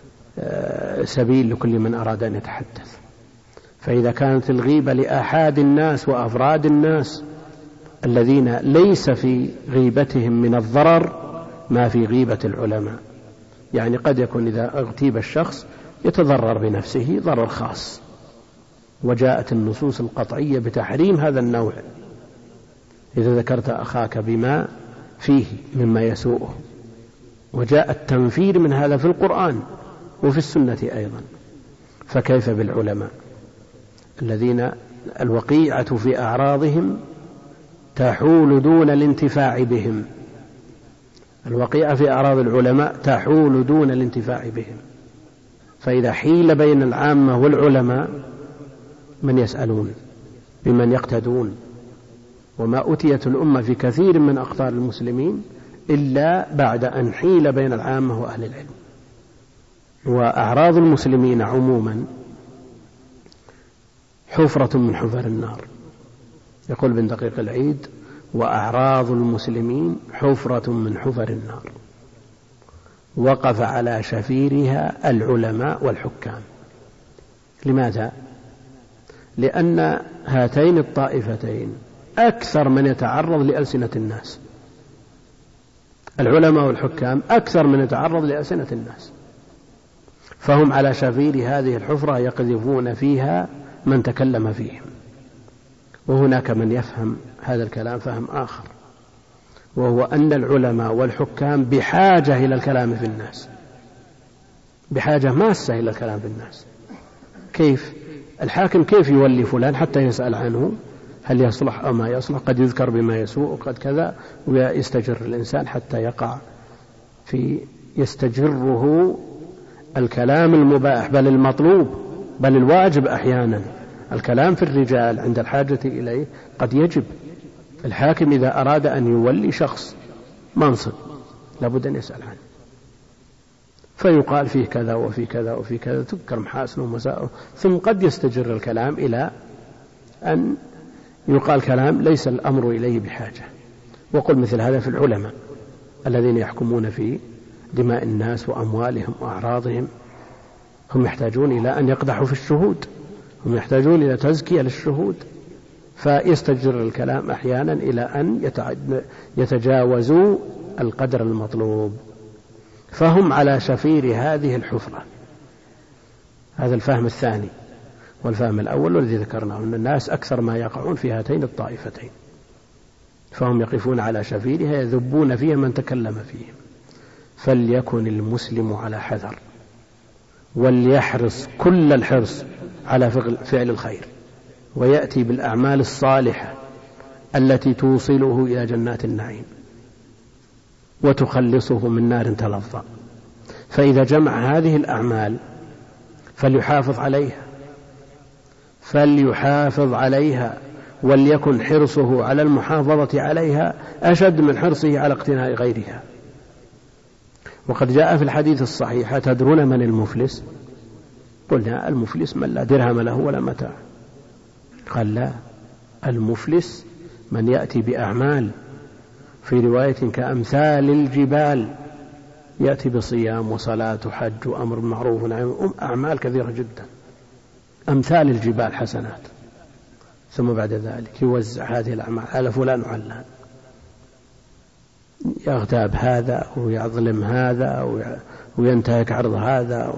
سبيل لكل من أراد أن يتحدث. فإذا كانت الغيبة لآحاد الناس وأفراد الناس الذين ليس في غيبتهم من الضرر ما في غيبة العلماء، يعني قد يكون إذا اغتيب الشخص يتضرر بنفسه ضرر خاص، وجاءت النصوص القطعية بتحريم هذا النوع. إذا ذكرت أخاك بما فيه مما يسوءه، وجاء التنفير من هذا في القرآن وفي السنة أيضا، فكيف بالعلماء الذين الوقيعة في أعراضهم تحول دون الانتفاع بهم؟ الوقيعة في أعراض العلماء تحول دون الانتفاع بهم. فإذا حيل بين العامة والعلماء من يسألون؟ بمن يقتدون؟ وما أتيت الأمة في كثير من أقطار المسلمين إلا بعد أن حيل بين العامة وأهل العلم. وأعراض المسلمين عموما حفرة من حفر النار. يقول ابن دقيق العيد: وأعراض المسلمين حفرة من حفر النار، وقف على شفيرها العلماء والحكام. لماذا؟ لأن هاتين الطائفتين أكثر من يتعرض لألسنة الناس، العلماء والحكام أكثر من يتعرض لألسنة الناس، فهم على شفير هذه الحفرة يقذفون فيها من تكلم فيهم. وهناك من يفهم هذا الكلام فهم آخر، وهو أن العلماء والحكام بحاجة إلى الكلام في الناس، بحاجة ماسة إلى الكلام في الناس. كيف؟ الحاكم كيف يولي فلان حتى يسأل عنه هل يصلح أو ما يصلح، قد يذكر بما يسوء وقد كذا، ويستجر الإنسان حتى يقع في يستجره الكلام المباح بل المطلوب بل الواجب. أحيانا الكلام في الرجال عند الحاجة إليه قد يجب. الحاكم إذا أراد أن يولي شخص منصب لابد أن يسأل عنه، فيقال فيه كذا وفي كذا وفي كذا، تذكر محاسنه ومساءه، ثم قد يستجر الكلام إلى أن يقال كلام ليس الأمر إليه بحاجة. وقل مثل هذا في العلماء الذين يحكمون في دماء الناس وأموالهم وأعراضهم، هم يحتاجون إلى أن يقدحوا في الشهود، هم يحتاجون إلى تزكية للشهود، فيستجر الكلام أحيانا إلى أن يتجاوزوا القدر المطلوب، فهم على شفير هذه الحفرة. هذا الفهم الثاني. والفهم الأول الذي ذكرناه أن الناس أكثر ما يقعون في هاتين الطائفتين، فهم يقفون على شفيرها يذبون فيها من تكلم فيهم. فليكن المسلم على حذر، وليحرص كل الحرص على فعل الخير، ويأتي بالأعمال الصالحة التي توصله إلى جنات النعيم وتخلصه من نار تلظى. فإذا جمع هذه الأعمال فليحافظ عليها فليحافظ عليها وليكن حرصه على المحافظة عليها أشد من حرصه على اقتناء غيرها. وقد جاء في الحديث الصحيح: تدرون من المفلس؟ قلنا: المفلس من لا درهم له ولا متاع. قال: لا، المفلس من يأتي بأعمال في رواية كأمثال الجبال، يأتي بصيام وصلاة وحج وأمر بالمعروف ونهي عن المنكر، أعمال كثيرة جدا أمثال الجبال حسنات، ثم بعد ذلك يوزع هذه الأعمال على فلان وعلان، يغتاب هذا ويظلم هذا وينتهك عرض هذا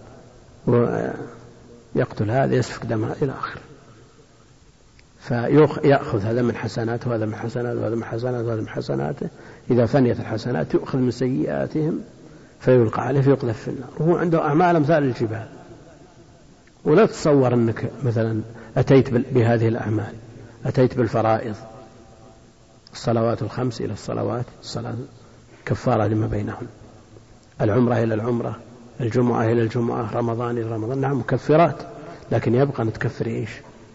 ويقتل هذا يسفك دمه إلى آخره. فيأخذ هذا من حسناته وهذا من حسناته وهذا من حسناته وهذا من حسناته، إذا فنيت الحسنات يؤخذ من سيئاتهم فيلقى عليه فيقذف في النار، وهو عنده أعمال أمثال الجبال. ولا تتصور أنك مثلا أتيت بهذه الأعمال، أتيت بالفرائض، الصلوات الخمس إلى الصلوات الصلاة كفارة لما بينهن، العمرة إلى العمرة، الجمعة إلى الجمعة، رمضان إلى رمضان، نعم مكفرات، لكن يبقى أن تكفر إيش؟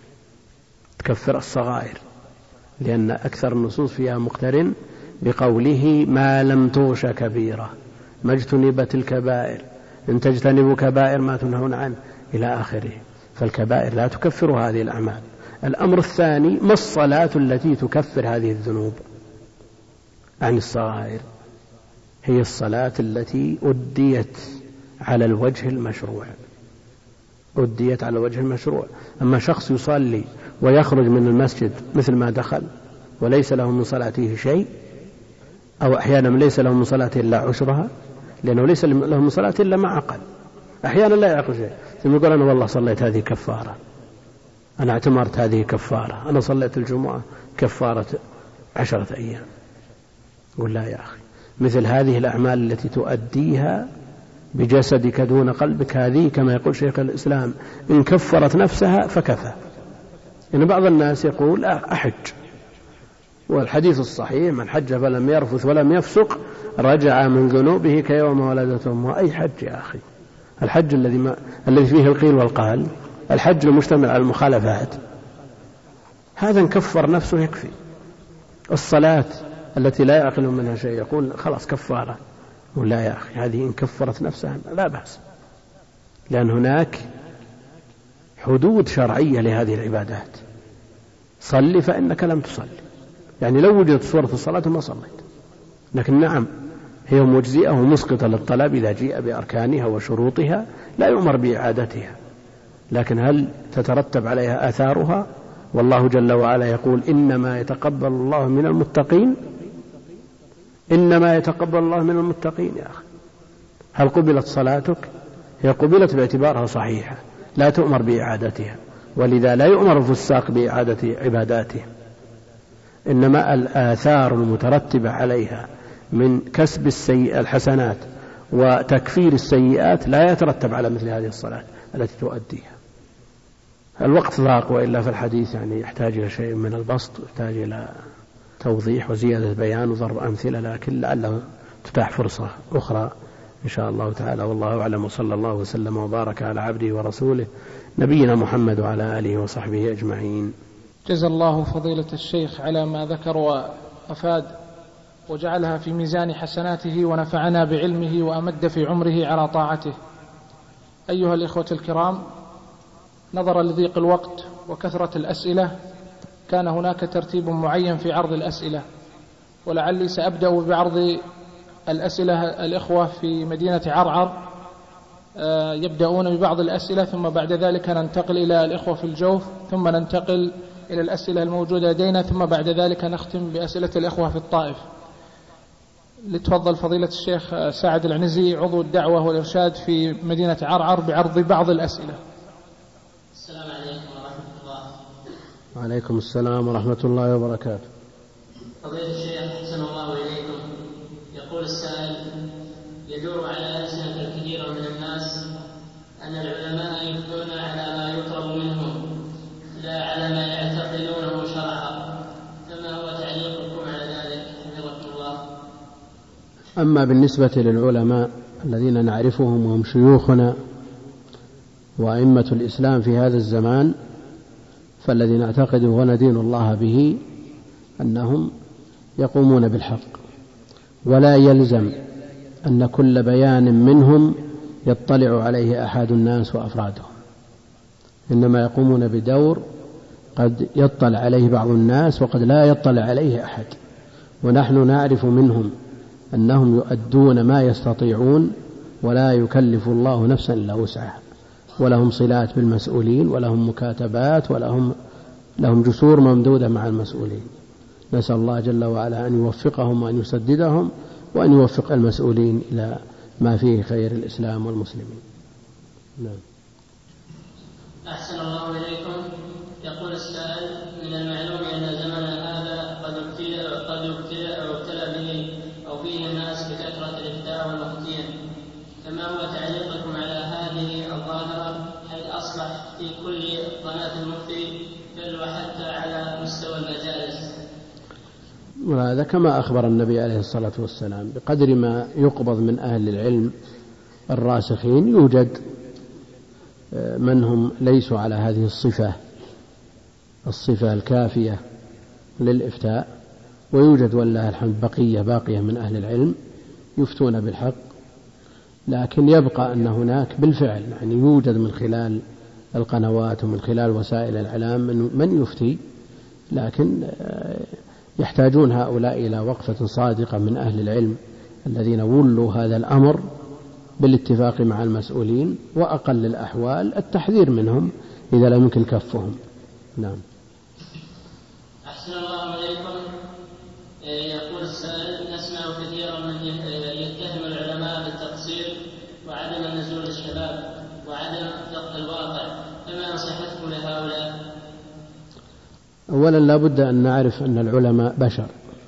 تكفر الصغائر، لأن أكثر النصوص فيها مقترن بقوله: ما لم تغش كبيرة ما اجتنبت الكبائر، إن تجتنبوا كبائر ما تنهون عنه، إلى آخره. فالكبائر لا تكفر هذه الأعمال. الأمر الثاني: ما الصلاة التي تكفر هذه الذنوب عن الصغائر؟ هي الصلاة التي أديت على الوجه المشروع، أديت على الوجه المشروع. أما شخص يصلي ويخرج من المسجد مثل ما دخل وليس له من صلاته شيء، أو أحيانا ليس له من صلاته إلا عشرها، لأنه ليس له من صلاته إلا ما عقل، أحيانا لا يعقل شيء، ثم يقول: أنا والله صليت هذه كفارة، أنا اعتمرت هذه كفارة، أنا صليت الجمعة كفارة عشرة أيام. قل: لا يا أخي، مثل هذه الأعمال التي تؤديها بجسدك دون قلبك، هذه كما يقول شيخ الإسلام: إن كفرت نفسها فكفى. يعني بعض الناس يقول: أحج، والحديث الصحيح: من حج فلم يرفث ولم يفسق رجع من ذنوبه كيوم ولدته أمه. أي حج يا أخي؟ الحج الذي ما الذي فيه القيل والقال، الحج المشتمل على المخالفات، هذا نكفر نفسه يكفي. الصلاة التي لا يعقل منها شيء يقول: خلاص كفارة. ولا يا أخي، هذه إن كفرت نفسها لا بأس، لأن هناك حدود شرعية لهذه العبادات. صل فإنك لم تصلي، يعني لو وجدت صورة الصلاة ما صليت، لكن نعم هي مجزئة ومسقطة للطلب إذا جيء بأركانها وشروطها، لا يؤمر بإعادتها لكن هل تترتب عليها آثارها؟ والله جل وعلا يقول إنما يتقبل الله من المتقين، إنما يتقبل الله من المتقين. يا أخي هل قبلت صلاتك؟ هي قبلت باعتبارها صحيحة، لا تؤمر بإعادتها، ولذا لا يؤمر الفساق بإعادة عباداته، إنما الآثار المترتبة عليها من كسب السيئات الحسنات وتكفير السيئات لا يترتب على مثل هذه الصلاة التي تؤديها. الوقت ضاق، وإلا في الحديث يعني يحتاج إلى شيء من البسط، يحتاج إلى توضيح وزيادة بيان وضرب أمثلة، لكن لعله تتاح فرصة أخرى إن شاء الله تعالى. والله أعلم، وصلى الله وسلم وبارك على عبده ورسوله نبينا محمد وعلى آله وصحبه أجمعين. جزا الله فضيلة الشيخ على ما ذكر وأفاد، وجعلها في ميزان حسناته، ونفعنا بعلمه وأمد في عمره على طاعته. أيها الإخوة الكرام، نظرا لضيق الوقت وكثرة الأسئلة كان هناك ترتيب معين في عرض الأسئلة، ولعلي سأبدأ بعرض الأسئلة الإخوة في مدينة عرعر، يبدأون ببعض الأسئلة، ثم بعد ذلك ننتقل إلى الإخوة في الجوف، ثم ننتقل إلى الأسئلة الموجودة لدينا، ثم بعد ذلك نختم بأسئلة الإخوة في الطائف. لتفضل فضيلة الشيخ سعد العنزي عضو الدعوة والإرشاد في مدينة عرعر بعرض بعض الأسئلة. السلام عليكم ورحمة الله. وعليكم السلام ورحمة الله وبركاته. فضيلة الشيخ أحسن الله إليكم، يقول السائل: يدور على ألسنة الكثير من الناس أن العلماء يفتون على ما يطلب منهم لا على ما يعتقدونه شرعا، فما هو تعليقكم على ذلك حفظكم الله؟ أما بالنسبة للعلماء الذين نعرفهم وهم شيوخنا وأئمة الإسلام في هذا الزمان، فالذي نعتقد وندين الله به أنهم يقومون بالحق، ولا يلزم أن كل بيان منهم يطلع عليه أحد الناس وأفرادهم، إنما يقومون بدور قد يطلع عليه بعض الناس وقد لا يطلع عليه أحد، ونحن نعرف منهم أنهم يؤدون ما يستطيعون، ولا يكلف الله نفسا إلا وسعها، ولهم صلات بالمسؤولين، ولهم مكاتبات، ولهم لهم جسور ممدودة مع المسؤولين. نسأل الله جل وعلا أن يوفقهم وأن يسددهم، وأن يوفق المسؤولين إلى ما فيه خير الإسلام والمسلمين. نعم. أحسن الله إليكم. يقول السائل: من المعلوم أن زمننا هذا قد ابتلى قد ابتلى أو ابتلى به أو فيه الناس بكثرة الإفتاء والمفتين، فما هو تعليقكم على هذه الظاهرة؟ هل أصبح في كل قناة المفتي بل وحتى على مستوى المجالس؟ وهذا كما أخبر النبي عليه الصلاة والسلام، بقدر ما يقبض من أهل العلم الراسخين يوجد من هم ليسوا على هذه الصفة الصفة الكافية للإفتاء، ويوجد والله الحمد بقية باقية من أهل العلم يفتون بالحق، لكن يبقى أن هناك بالفعل يعني يوجد من خلال القنوات ومن خلال وسائل الإعلام من يفتي، لكن يحتاجون هؤلاء إلى وقفة صادقة من أهل العلم الذين ولوا هذا الأمر بالاتفاق مع المسؤولين، وأقل الأحوال التحذير منهم إذا لم يمكن كفهم. نعم. أحسن الله إليكم. يقول السائل: نسمع كثيرا من يتهم العلماء بالتقصير وعدم النزول للشباب وعدم ضبط الواقع، فما نصيحتكم لهؤلاء؟ أولا لا بد أن نعرف أن العلماء بشر،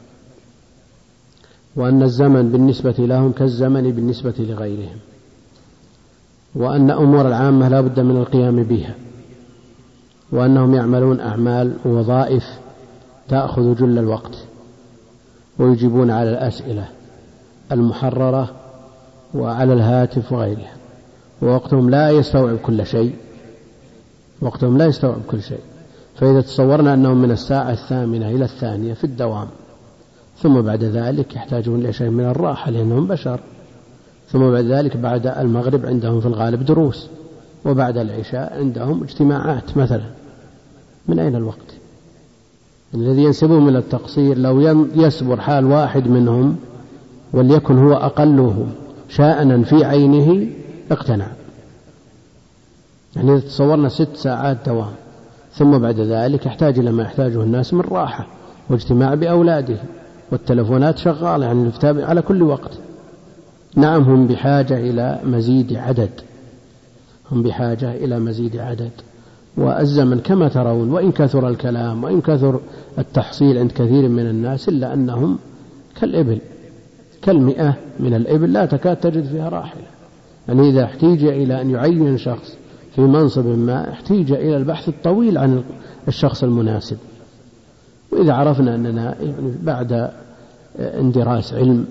وأن الزمن بالنسبة لهم كالزمن بالنسبة لغيرهم، وأن أمور العامة لا بد من القيام بها، وأنهم يعملون أعمال ووظائف تأخذ جل الوقت، ويجيبون على الأسئلة المحررة وعلى الهاتف وغيرها، ووقتهم لا يستوعب كل شيء وقتهم لا يستوعب كل شيء فإذا تصورنا أنهم من الساعة الثامنة إلى الثانية في الدوام، ثم بعد ذلك يحتاجون إلى شيء من الراحة لأنهم بشر، ثم بعد ذلك بعد المغرب عندهم في الغالب دروس، وبعد العشاء عندهم اجتماعات مثلا، من أين الوقت؟ الذي ينسبهم إلى التقصير لو يصبر حال واحد منهم وليكن هو أقلهم شأنا في عينه اقتنع، يعني إذا تصورنا ست ساعات دوام ثم بعد ذلك يحتاج إلى ما يحتاجه الناس من راحة واجتماع بأولاده والتلفونات شغالة يعني الكتاب على كل وقت. نعم هم بحاجة إلى مزيد عدد هم بحاجة إلى مزيد عدد والزمن كما ترون وإن كثر الكلام وإن كثر التحصيل عند كثير من الناس إلا أنهم كالإبل كالمئة من الإبل لا تكاد تجد فيها راحلة. يعني إذا احتيج إلى أن يعين شخص في منصب ما احتيج إلى البحث الطويل عن الشخص المناسب. وإذا عرفنا أننا يعني بعد اندراس علم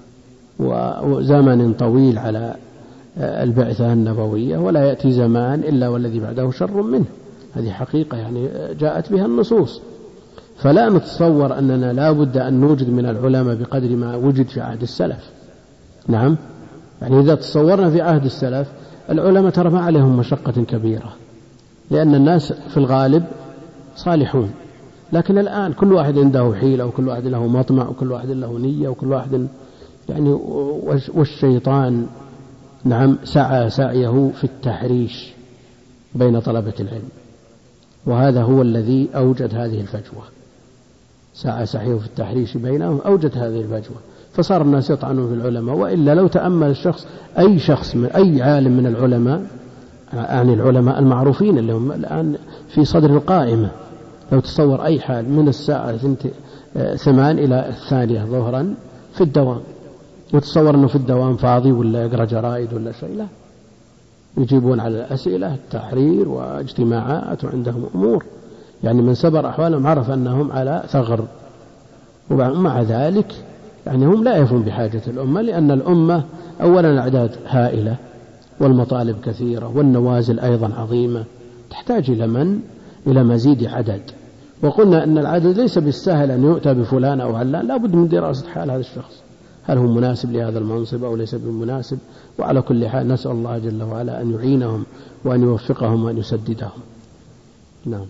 وزمن طويل على البعثة النبوية ولا يأتي زمان إلا والذي بعده شر منه، هذه حقيقة يعني جاءت بها النصوص. فلا نتصور أننا لا بد أن نوجد من العلماء بقدر ما وجد في عهد السلف. نعم يعني إذا تصورنا في عهد السلف العلماء ترى ما عليهم مشقة كبيرة لأن الناس في الغالب صالحون، لكن الآن كل واحد عنده حيلة وكل واحد له مطمع وكل واحد له نية وكل واحد يعني والشيطان نعم سعى سعيه في التحريش بين طلبة العلم، وهذا هو الذي أوجد هذه الفجوة. سعى سعيه في التحريش بينهم أوجد هذه الفجوة، فصار الناس يطعنون في العلماء. وإلا لو تأمل الشخص أي شخص من أي عالم من العلماء يعني العلماء المعروفين اللي هم الآن في صدر القائمة، لو تصور أي حال من الساعة ثمان إلى الثانية ظهرا في الدوام، وتصور أنه في الدوام فاضي ولا يقرأ جرائد ولا شيء، لا، يجيبون على الأسئلة التحرير واجتماعات وعندهم أمور. يعني من سبر أحوالهم عرف أنهم على ثغر. ومع ذلك يعني هم لا يفون بحاجة الأمة، لأن الأمة أولا الأعداد هائلة والمطالب كثيرة والنوازل أيضا عظيمة تحتاج إلى من؟ إلى مزيد عدد. وقلنا أن العدد ليس بالسهل أن يؤتى بفلان أو علان، لا بد من دراسة حال هذا الشخص، هل هو مناسب لهذا المنصب أو ليس بمناسب. وعلى كل حال نسأل الله جل وعلا أن يعينهم وأن يوفقهم وأن يسددهم. نعم.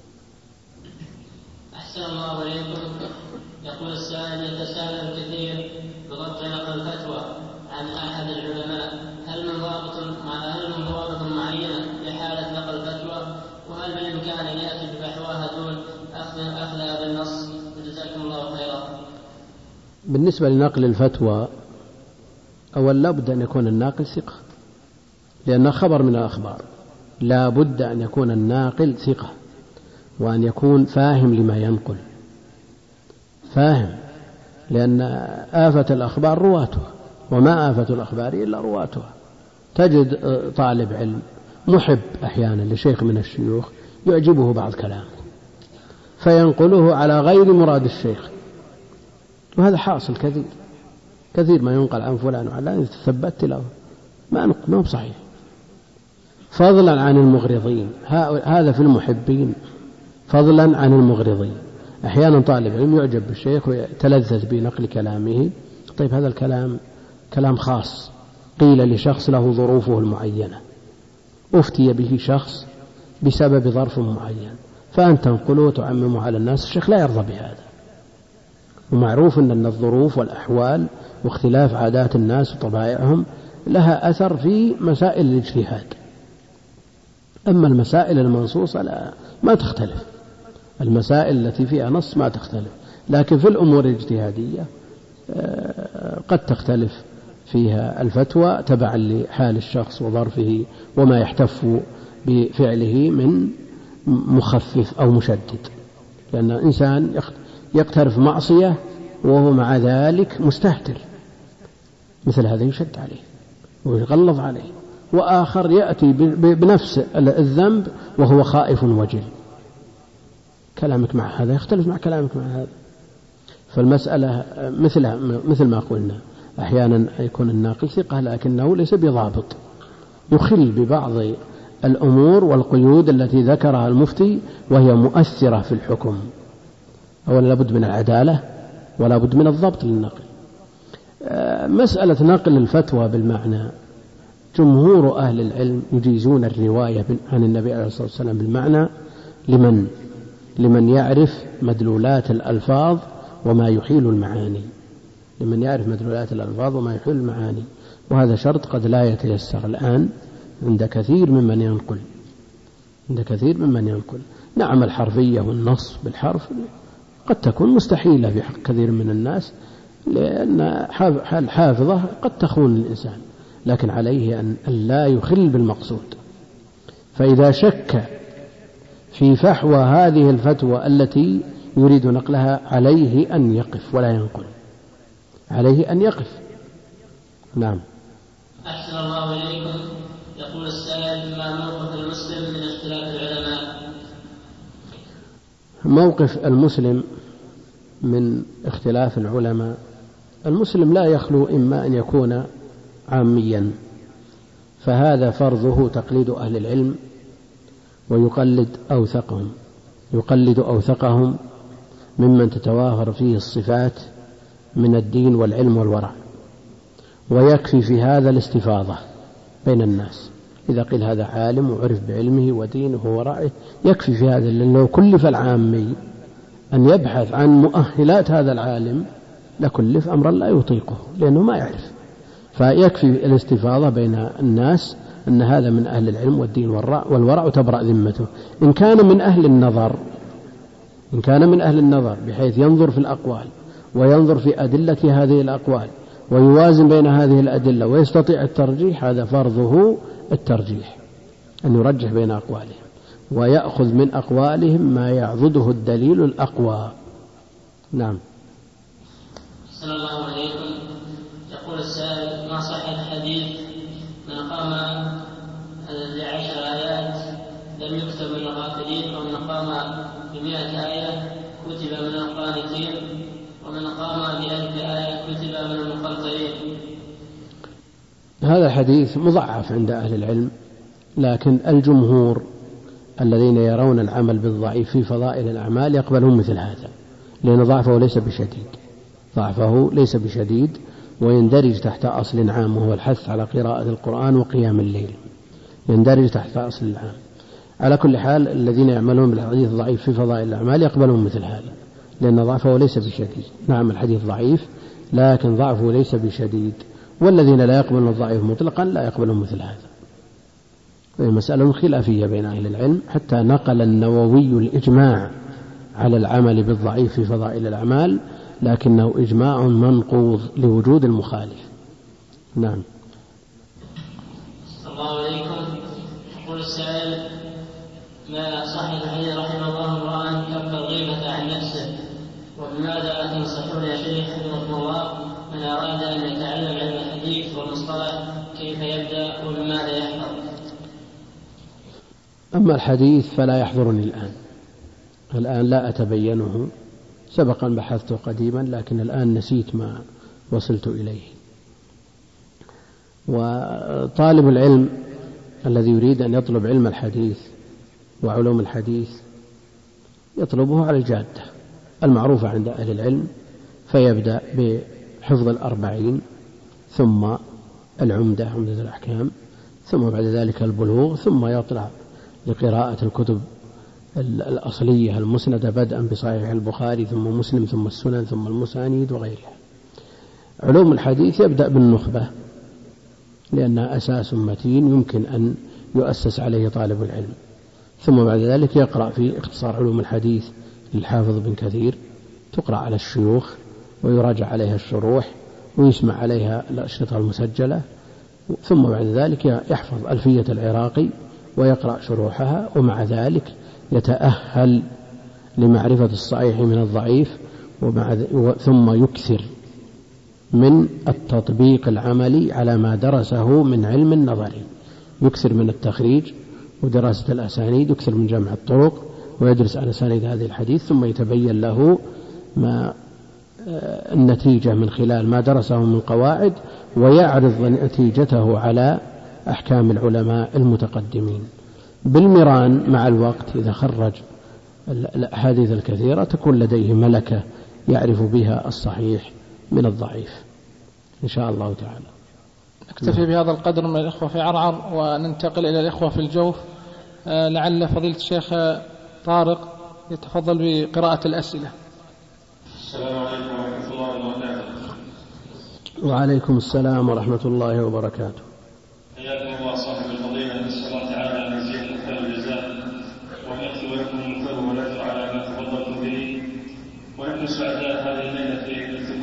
أحسن الله إليكم. يقول السائل يتساءل الكثير بضبط نقل الفتوى عن أحد العلماء، هل من ضابط هل من ضوابط معينة لحالة نقل الفتوى؟ وهل بالإمكان أن يأتي بفحواها دون أخذ أخذها بالنص؟ جزاكم الله خيرا. بالنسبة لنقل الفتوى أولا لا بد أن يكون الناقل ثقة، لأنه خبر من الأخبار، لا بد أن يكون الناقل ثقة وأن يكون فاهم لما ينقل، فاهم، لأن آفة الأخبار رواتها، وما آفة الأخبار إلا رواتها. تجد طالب علم محب أحيانا لشيخ من الشيوخ يعجبه بعض كلامه فينقله على غير مراد الشيخ، وهذا حاصل كثير كثير ما ينقل عن فلان وعلان تثبت له ما ما هو صحيح. فضلا عن المغرضين، هذا في المحبين، فضلا عن المغرضين. أحيانا طالب علم يعجب بالشيخ ويتلذذ بنقل كلامه، طيب هذا الكلام كلام خاص قيل لشخص له ظروفه المعينة، أفتي به شخص بسبب ظرف معين، فأنت تنقله وتعممه على الناس، الشيخ لا يرضى بهذا. ومعروف أن الظروف والأحوال واختلاف عادات الناس وطبائعهم لها أثر في مسائل الاجتهاد. أما المسائل المنصوصة لا ما تختلف، المسائل التي فيها نص ما تختلف، لكن في الأمور الاجتهادية قد تختلف فيها الفتوى تبعا لحال الشخص وظرفه وما يحتف بفعله من مخفف أو مشدد. لأن الإنسان يقترف معصية وهو مع ذلك مستهتر، مثل هذا يشد عليه ويغلظ عليه. وآخر يأتي بنفس الذنب وهو خائف وجل، كلامك مع هذا يختلف مع كلامك مع هذا. فالمسألة مثل مثل ما قلنا، أحيانا يكون الناقل ثقة لكنه ليس بضابط، يخل ببعض الأمور والقيود التي ذكرها المفتي وهي مؤثرة في الحكم. أولا لابد من العدالة ولا بد من الضبط للنقل. مسألة نقل الفتوى بالمعنى، جمهور أهل العلم يجيزون الرواية عن النبي عليه الصلاة والسلام بالمعنى لمن لمن يعرف مدلولات الألفاظ وما يحيل المعاني، لمن يعرف مدلولات الألفاظ وما يحيل المعاني. وهذا شرط قد لا يتيسر الآن عند كثير ممن ينقل، عند كثير ممن ينقل. نعم الحرفية والنص بالحرف قد تكون مستحيلة في حق كثير من الناس، لأن الحافظة قد تخون الإنسان، لكن عليه أن لا يخل بالمقصود. فإذا شك في فحوى هذه الفتوى التي يريد نقلها عليه أن يقف ولا ينقل، عليه أن يقف. نعم. أحسن الله إليكم. يقول السائل: ما موقف المسلم من اختلاف العلماء؟ موقف المسلم من اختلاف العلماء، المسلم لا يخلو إما أن يكون عاميا، فهذا فرضه تقليد أهل العلم ويقلد أوثقهم، يقلد أوثقهم ممن تتوافر فيه الصفات من الدين والعلم والورع، ويكفي في هذا الاستفاضة بين الناس. إذا قيل هذا عالم وعرف بعلمه ودينه وورعه يكفي في هذا، لأنه لو كلف العامي أن يبحث عن مؤهلات هذا العالم لكلف أمرا لا يطيقه لأنه ما يعرف. فيكفي الاستفاضة بين الناس أن هذا من أهل العلم والدين والورع وتبرأ ذمته. إن كان من أهل النظر إن كان من أهل النظر بحيث ينظر في الأقوال وينظر في أدلة هذه الأقوال ويوازن بين هذه الأدلة ويستطيع الترجيح، هذا فرضه الترجيح، أن يرجح بين أقوالهم ويأخذ من أقوالهم ما يعضده الدليل الأقوى. نعم. صلى الله عليكم. يقول السائل: ما صح الحديث من قام لعشر آيات لم يكتب من الغافلين، ومن قام بمئة آية كتب من القانتين، ومن قام بألف آية كتب من المقنطرين؟ هذا الحديث مضعف عند أهل العلم، لكن الجمهور الذين يرون العمل بالضعيف في فضائل الأعمال يقبلون مثل هذا، لأن ضعفه ليس بشديد ضعفه ليس بشديد ويندرج تحت أصل عام، وهو الحث على قراءة القرآن وقيام الليل، يندرج تحت أصل العام. على كل حال الذين يعملون بالحديث الضعيف في فضائل الأعمال يقبلون مثل هذا، لأن ضعفه ليس بشديد. نعم الحديث ضعيف لكن ضعفه ليس بشديد، والذين لا يقبلون الضعيف مطلقا لا يقبلون مثل هذا. مسألة خلافية بين أهل العلم، حتى نقل النووي الإجماع على العمل بالضعيف في فضائل الأعمال، لكنه إجماع منقوض لوجود المخالف. نعم. الله عليكم. يقول السائل: ما صاحب الحديث رحمه الله امرأ كف الغيبة عن نفسه، وبماذا تنصحون يا شيخ رحمه الله من أراد أن يتعلم علم الحديث والمصطلح كيف يبدأ وبماذا يحفظ؟ أما الحديث فلا يحضرني الآن الآن لا أتبينه، سبقا بحثته قديما لكن الآن نسيت ما وصلت إليه. وطالب العلم الذي يريد أن يطلب علم الحديث وعلوم الحديث يطلبه على الجادة المعروفة عند أهل العلم، فيبدأ بحفظ الأربعين ثم العمدة عمدة الأحكام ثم بعد ذلك البلوغ، ثم يطلع لقراءة الكتب الأصلية المسندة بدءا بصحيح البخاري ثم مسلم ثم السنن ثم المسانيد وغيرها. علوم الحديث يبدأ بالنخبة لأنها أساس متين يمكن أن يؤسس عليه طالب العلم، ثم بعد ذلك يقرأ في اختصار علوم الحديث للحافظ بن كثير، تقرأ على الشيوخ ويراجع عليها الشروح ويسمع عليها الأشرطة المسجلة، ثم بعد ذلك يحفظ ألفية العراقي ويقرأ شروحها، ومع ذلك يتأهل لمعرفة الصحيح من الضعيف، ومع ثم يكثر من التطبيق العملي على ما درسه من علم النظري، يكثر من التخريج ودراسة الأسانيد، يكثر من جمع الطرق ويدرس على أسانيد هذه الحديث، ثم يتبين له ما النتيجة من خلال ما درسه من قواعد، ويعرض نتيجته على أحكام العلماء المتقدمين بالمران. مع الوقت إذا خرج الأحاديث الكثيرة تكون لديه ملكة يعرف بها الصحيح من الضعيف إن شاء الله تعالى. نكتفي بهذا القدر من الإخوة في عرعر وننتقل إلى الإخوة في الجوف. لعل فضيلة الشيخ طارق يتفضل بقراءة الأسئلة. السلام عليكم ورحمة الله وبركاته. وعليكم السلام ورحمة الله وبركاته. حياكم الله صاحب الفضيلة، نسأل الله تعالى أن يجزيكم خير الجزاء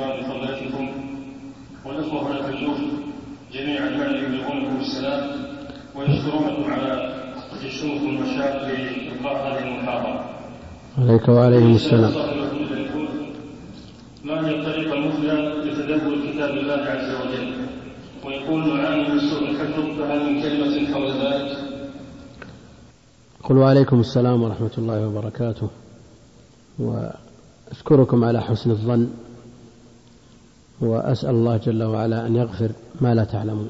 باستقبال فضلاتكم والأخوة هنا في الجوف جميعا يعني يبلغونكم السلام ويشكرونكم على الشرف والمشاق لإلقاء هذه المحاضرة. عليك وعليهم السلام. ما هي الطريقة المثلى لتدبر كتاب الله عز وجل؟ ويقول نعاني من سوء الحفظ فهل من كلمة حول ذلك؟ قل وعليكم السلام ورحمة الله وبركاته، وأشكركم على حسن الظن، وأسأل الله جل وعلا أن يغفر ما لا تعلمون.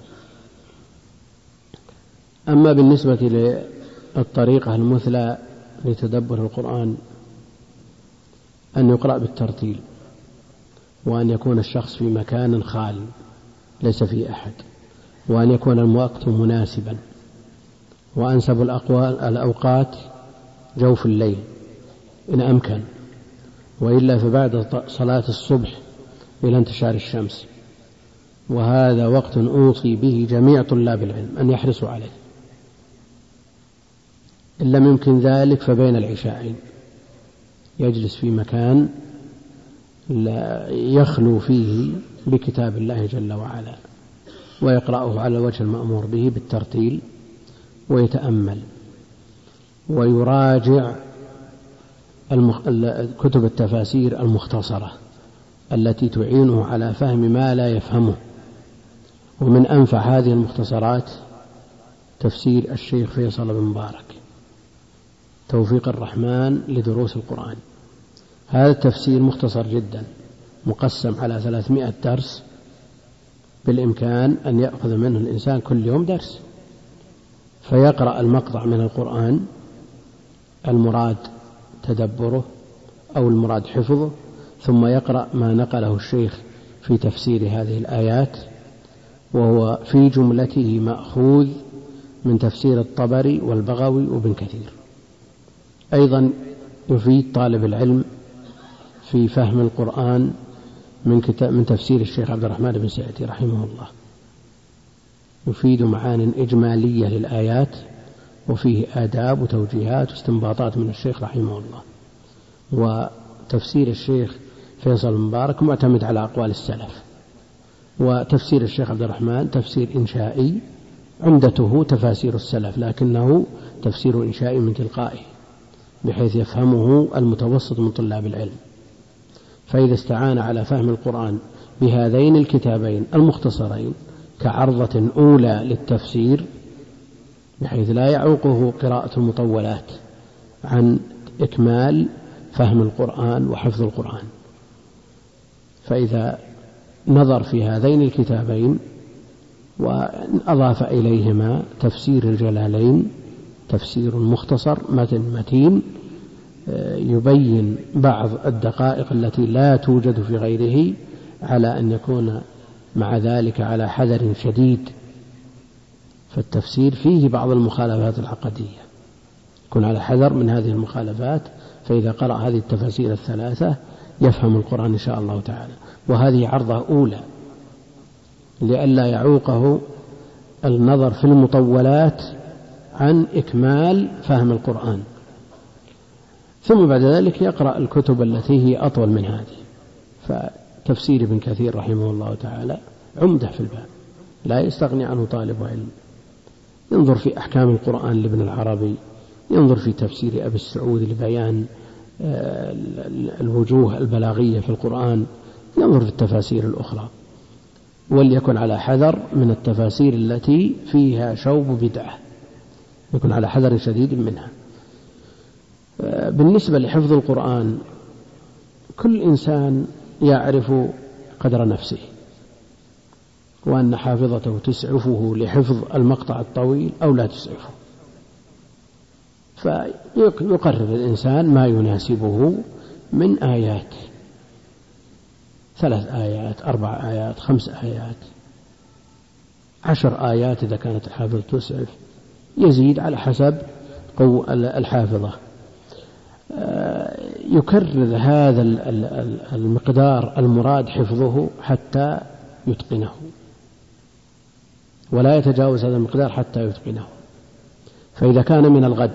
أما بالنسبة للطريقة المثلى لتدبر القرآن أن يقرأ بالترتيل، وأن يكون الشخص في مكان خالي ليس فيه أحد، وأن يكون الوقت مناسبا، وأنسب الأوقات جوف الليل إن أمكن، وإلا فبعد صلاة الصبح إلى انتشار الشمس، وهذا وقت أوصي به جميع طلاب العلم أن يحرصوا عليه. إن لم يمكن ذلك فبين العشاءين يجلس في مكان لا يخلو فيه بكتاب الله جل وعلا، ويقرأه على الوجه المأمور به بالترتيل، ويتأمل ويراجع كتب التفاسير المختصرة التي تعينه على فهم ما لا يفهمه. ومن أنفع هذه المختصرات تفسير الشيخ فيصل بن مبارك توفيق الرحمن لدروس القرآن. هذا التفسير مختصر جدا مقسم على ثلاثمائة درس، بالإمكان أن يأخذ منه الإنسان كل يوم درس، فيقرأ المقطع من القرآن المراد تدبره أو المراد حفظه، ثم يقرأ ما نقله الشيخ في تفسير هذه الآيات، وهو في جملته مأخوذ من تفسير الطبري والبغوي وابن كثير. أيضا يفيد طالب العلم في فهم القرآن من, كتاب من تفسير الشيخ عبد الرحمن بن سعدي رحمه الله، يفيد معان إجمالية للآيات، وفيه آداب وتوجيهات واستنباطات من الشيخ رحمه الله. وتفسير الشيخ فيصل المبارك معتمد على أقوال السلف، وتفسير الشيخ عبد الرحمن تفسير إنشائي عمدته تفاسير السلف، لكنه تفسير إنشائي من تلقائه بحيث يفهمه المتوسط من طلاب العلم. فإذا استعان على فهم القرآن بهذين الكتابين المختصرين كعرضة أولى للتفسير، بحيث لا يعوقه قراءة المطولات عن إكمال فهم القرآن وحفظ القرآن، فإذا نظر في هذين الكتابين وأضاف إليهما تفسير الجلالين تفسير مختصر متن متين يبين بعض الدقائق التي لا توجد في غيره، على أن يكون مع ذلك على حذر شديد، فالتفسير فيه بعض المخالفات العقدية، يكون على حذر من هذه المخالفات. فإذا قرأ هذه التفاسير الثلاثة يفهم القرآن إن شاء الله تعالى. وهذه عرضة أولى لئلا يعوقه النظر في المطولات عن إكمال فهم القرآن. ثم بعد ذلك يقرأ الكتب التي هي أطول من هذه. فتفسير ابن كثير رحمه الله تعالى عمدة في الباب، لا يستغني عنه طالب علم. ينظر في أحكام القرآن لابن العربي، ينظر في تفسير أبي السعود لبيان الوجوه البلاغية في القرآن، ينظر في التفاسير الأخرى، وليكن على حذر من التفاسير التي فيها شوب بدعة، يكون على حذر شديد منها. بالنسبة لحفظ القرآن كل إنسان يعرف قدر نفسه، وأن حافظته تسعفه لحفظ المقطع الطويل أو لا تسعفه، فيقرر الإنسان ما يناسبه من آيات، ثلاث آيات، أربع آيات، خمس آيات، عشر آيات إذا كانت الحافظة تسعف، يزيد على حسب قوة الحافظة. يكرر هذا المقدار المراد حفظه حتى يتقنه، ولا يتجاوز هذا المقدار حتى يتقنه. فإذا كان من الغد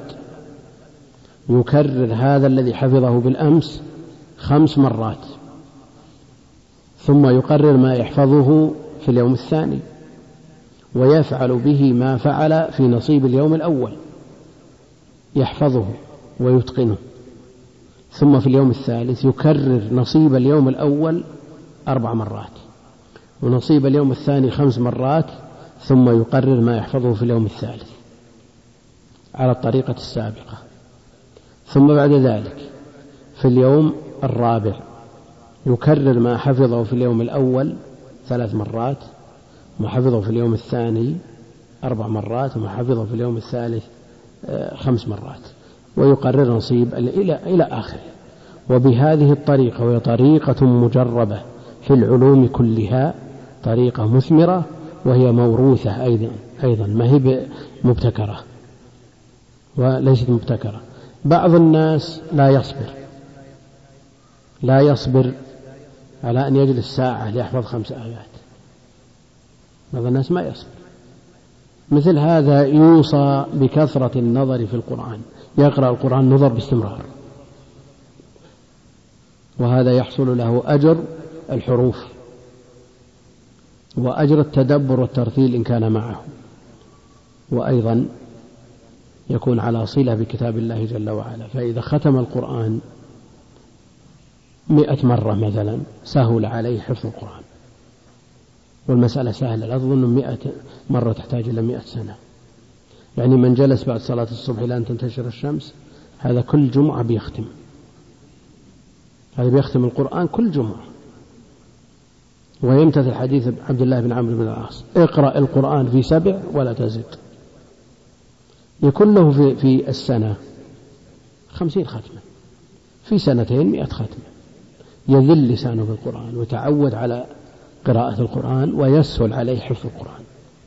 يكرر هذا الذي حفظه بالأمس خمس مرات، ثم يقرر ما يحفظه في اليوم الثاني، ويفعل به ما فعل في نصيب اليوم الأول، يحفظه ويتقنه. ثم في اليوم الثالث يكرر نصيب اليوم الأول أربع مرات، ونصيب اليوم الثاني خمس مرات، ثم يقرر ما يحفظه في اليوم الثالث على الطريقة السابقة. ثم بعد ذلك في اليوم الرابع يكرر ما حفظه في اليوم الأول ثلاث مرات، ما حفظه في اليوم الثاني أربع مرات، وما حفظه في اليوم الثالث خمس مرات، ويقرر نصيب إلى إلى آخره. وبهذه الطريقة، وهي طريقة مجربة في العلوم كلها، طريقة مثمرة، وهي موروثة أيضا أيضا ما هي مبتكرة وليست مبتكرة. بعض الناس لا يصبر لا يصبر على أن يجلس ساعة ليحفظ خمس آيات، بعض الناس ما يصبر. مثل هذا يوصى بكثرة النظر في القرآن، يقرأ القرآن نظر باستمرار، وهذا يحصل له أجر الحروف وأجر التدبر والترتيل إن كان معه، وأيضا يكون على صلة بكتاب الله جل وعلا. فإذا ختم القرآن مئة مرة مثلا سهل عليه حفظ القرآن، والمسألة سهلة، لا تظن مئة مرة تحتاج إلى مئة سنة. يعني من جلس بعد صلاة الصبح إلى أن تنتشر الشمس، هذا كل جمعة بيختم، هذا بيختم القرآن كل جمعة. ويمتثل حديث عبد الله بن عمرو بن العاص: اقرأ القرآن في سبع ولا تزد. يكون له في, في السنة خمسين ختمة، في سنتين مئة ختمة. يذل لسانه بالقرآن ويتعود على قراءة القرآن، ويسهل عليه حفظ القرآن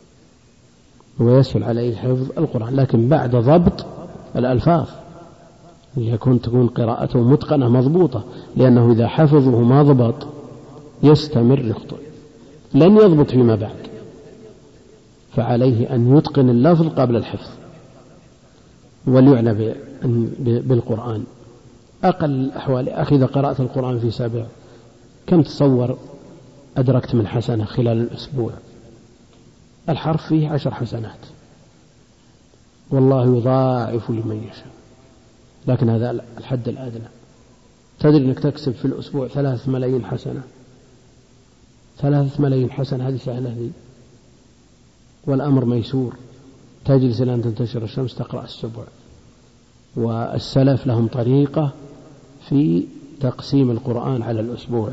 ويسهل عليه حفظ القرآن لكن بعد ضبط الألفاظ، يكون تكون قراءته متقنة مضبوطة، لأنه إذا حفظه ما ضبط يستمر يخطئ، لن يضبط فيما بعد. فعليه أن يتقن اللفظ قبل الحفظ، وليعنى بالقرآن. أقل الأحوال أخي إذا قرأت القرآن في سبع، كم تصور أدركت من حسنة خلال الأسبوع؟ الحرف فيه عشر حسنات، والله يضاعف لمن يشاء، لكن هذا الحد الأدنى. تدري أنك تكسب في الأسبوع ثلاث ملايين حسنة؟ ثلاث ملايين حسنة هذه سهلة دي، والأمر ميسور. تجلس إلى أن تنتشر الشمس تقرأ السبع. والسلف لهم طريقة في تقسيم القرآن على الأسبوع،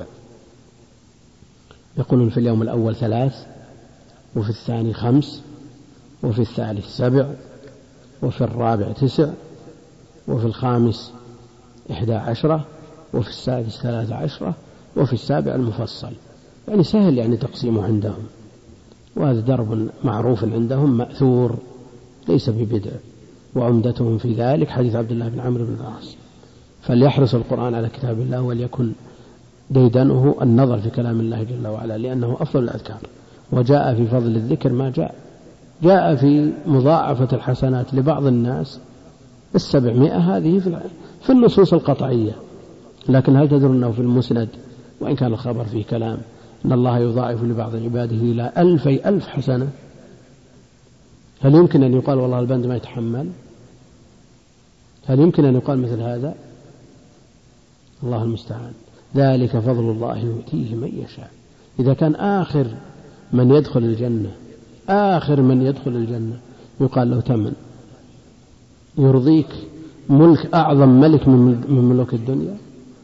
يقولون في اليوم الأول ثلاث، وفي الثاني خمس، وفي الثالث سبع، وفي الرابع تسع، وفي الخامس إحدى عشرة، وفي السادس ثلاث عشرة، وفي السابع المفصل. يعني سهل يعني تقسيمه عندهم، وهذا درب معروف عندهم مأثور ليس ببدع، وعمدتهم في ذلك حديث عبد الله بن عمرو بن العاص. فليحرص القرآن على كتاب الله، وليكن ديدنه النظر في كلام الله جل وعلا، لأنه أفضل الأذكار. وجاء في فضل الذكر ما جاء جاء في مضاعفة الحسنات لبعض الناس السبعمائة، هذه في النصوص القطعية. لكن هل تدرون أنه في المسند، وإن كان الخبر فيه كلام، أن الله يضاعف لبعض عباده إلى ألفي ألف حسنة؟ هل يمكن أن يقال والله البند ما يتحمل؟ هل يمكن أن يقال مثل هذا؟ الله المستعان. ذلك فضل الله يؤتيه من يشاء. إذا كان آخر من يدخل الجنة آخر من يدخل الجنة يقال له تمن، يرضيك ملك أعظم ملك من ملوك الدنيا؟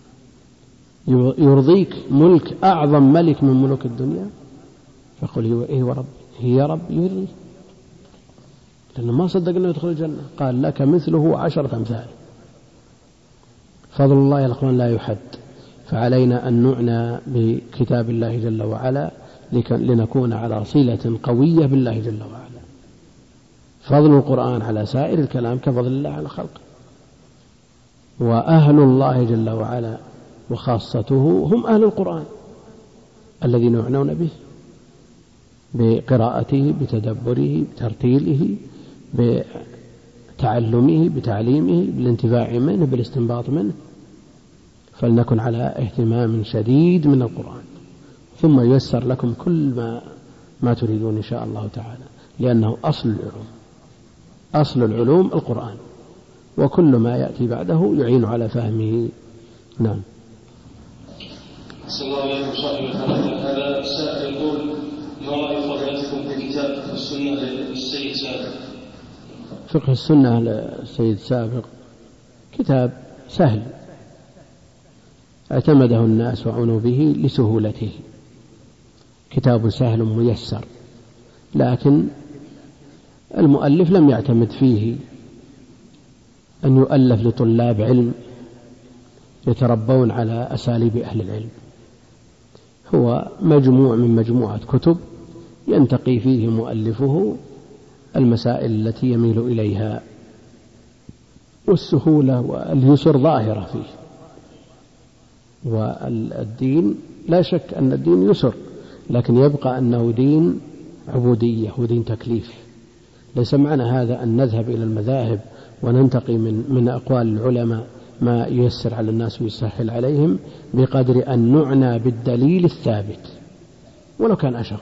يرضيك ملك أعظم ملك من ملوك الدنيا؟ فقل هي رب هي رب يرضي، لأنه ما صدق أنه يدخل الجنة. قال لك مثله عشرة أمثال. فضل الله يا الأخوان لا يحد، فعلينا أن نعنى بكتاب الله جل وعلا لنكون على صلة قوية بالله جل وعلا. فضل القرآن على سائر الكلام كفضل الله على خلقه، وأهل الله جل وعلا وخاصته هم أهل القرآن الذين يعنون به بقراءته، بتدبره، بترتيله، بتعلمه، بتعليمه، بالانتفاع منه، بالاستنباط منه. فلنكن على اهتمام شديد من القرآن. ثم ييسر لكم كل ما ما تريدون إن شاء الله تعالى، لأنه أصل العلوم. أصل العلوم القرآن، وكل ما يأتي بعده يعين على فهمه. نعم. صلى الله عليه وسلم. هذا السائل يقول: ما رأي فضيلتكم في كتاب فقه السنة للسيد سابق؟ فقه السنة للسيد سابق كتاب سهل اعتمده الناس وعنوا به لسهولته، كتاب سهل ميسر، لكن المؤلف لم يعتمد فيه أن يؤلف لطلاب علم يتربون على أساليب أهل العلم، هو مجموع من مجموعة كتب ينتقي فيه مؤلفه المسائل التي يميل إليها، والسهولة واليسر ظاهرة فيه. والدين لا شك أن الدين يسر، لكن يبقى أنه دين عبودية ودين تكليف. ليس معنى هذا أن نذهب إلى المذاهب وننتقي من, من أقوال العلماء ما ييسر على الناس ويسهل عليهم، بقدر أن نعنى بالدليل الثابت ولو كان أشق.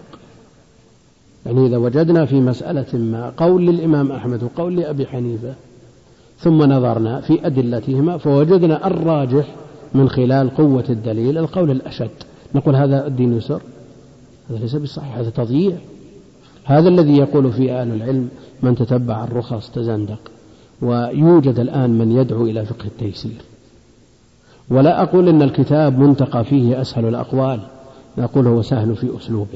يعني إذا وجدنا في مسألة ما قول للإمام أحمد وقول لأبي حنيفة، ثم نظرنا في أدلتهما فوجدنا الراجح من خلال قوة الدليل القول الأشد، نقول هذا الدين يسر؟ هذا ليس بالصحيح، هذا تضييع. هذا الذي يقول فيه أهل العلم: من تتبع الرخص تزندق. ويوجد الآن من يدعو إلى فقه التيسير، ولا أقول إن الكتاب منتقى فيه أسهل الأقوال، نقول هو سهل في أسلوبه،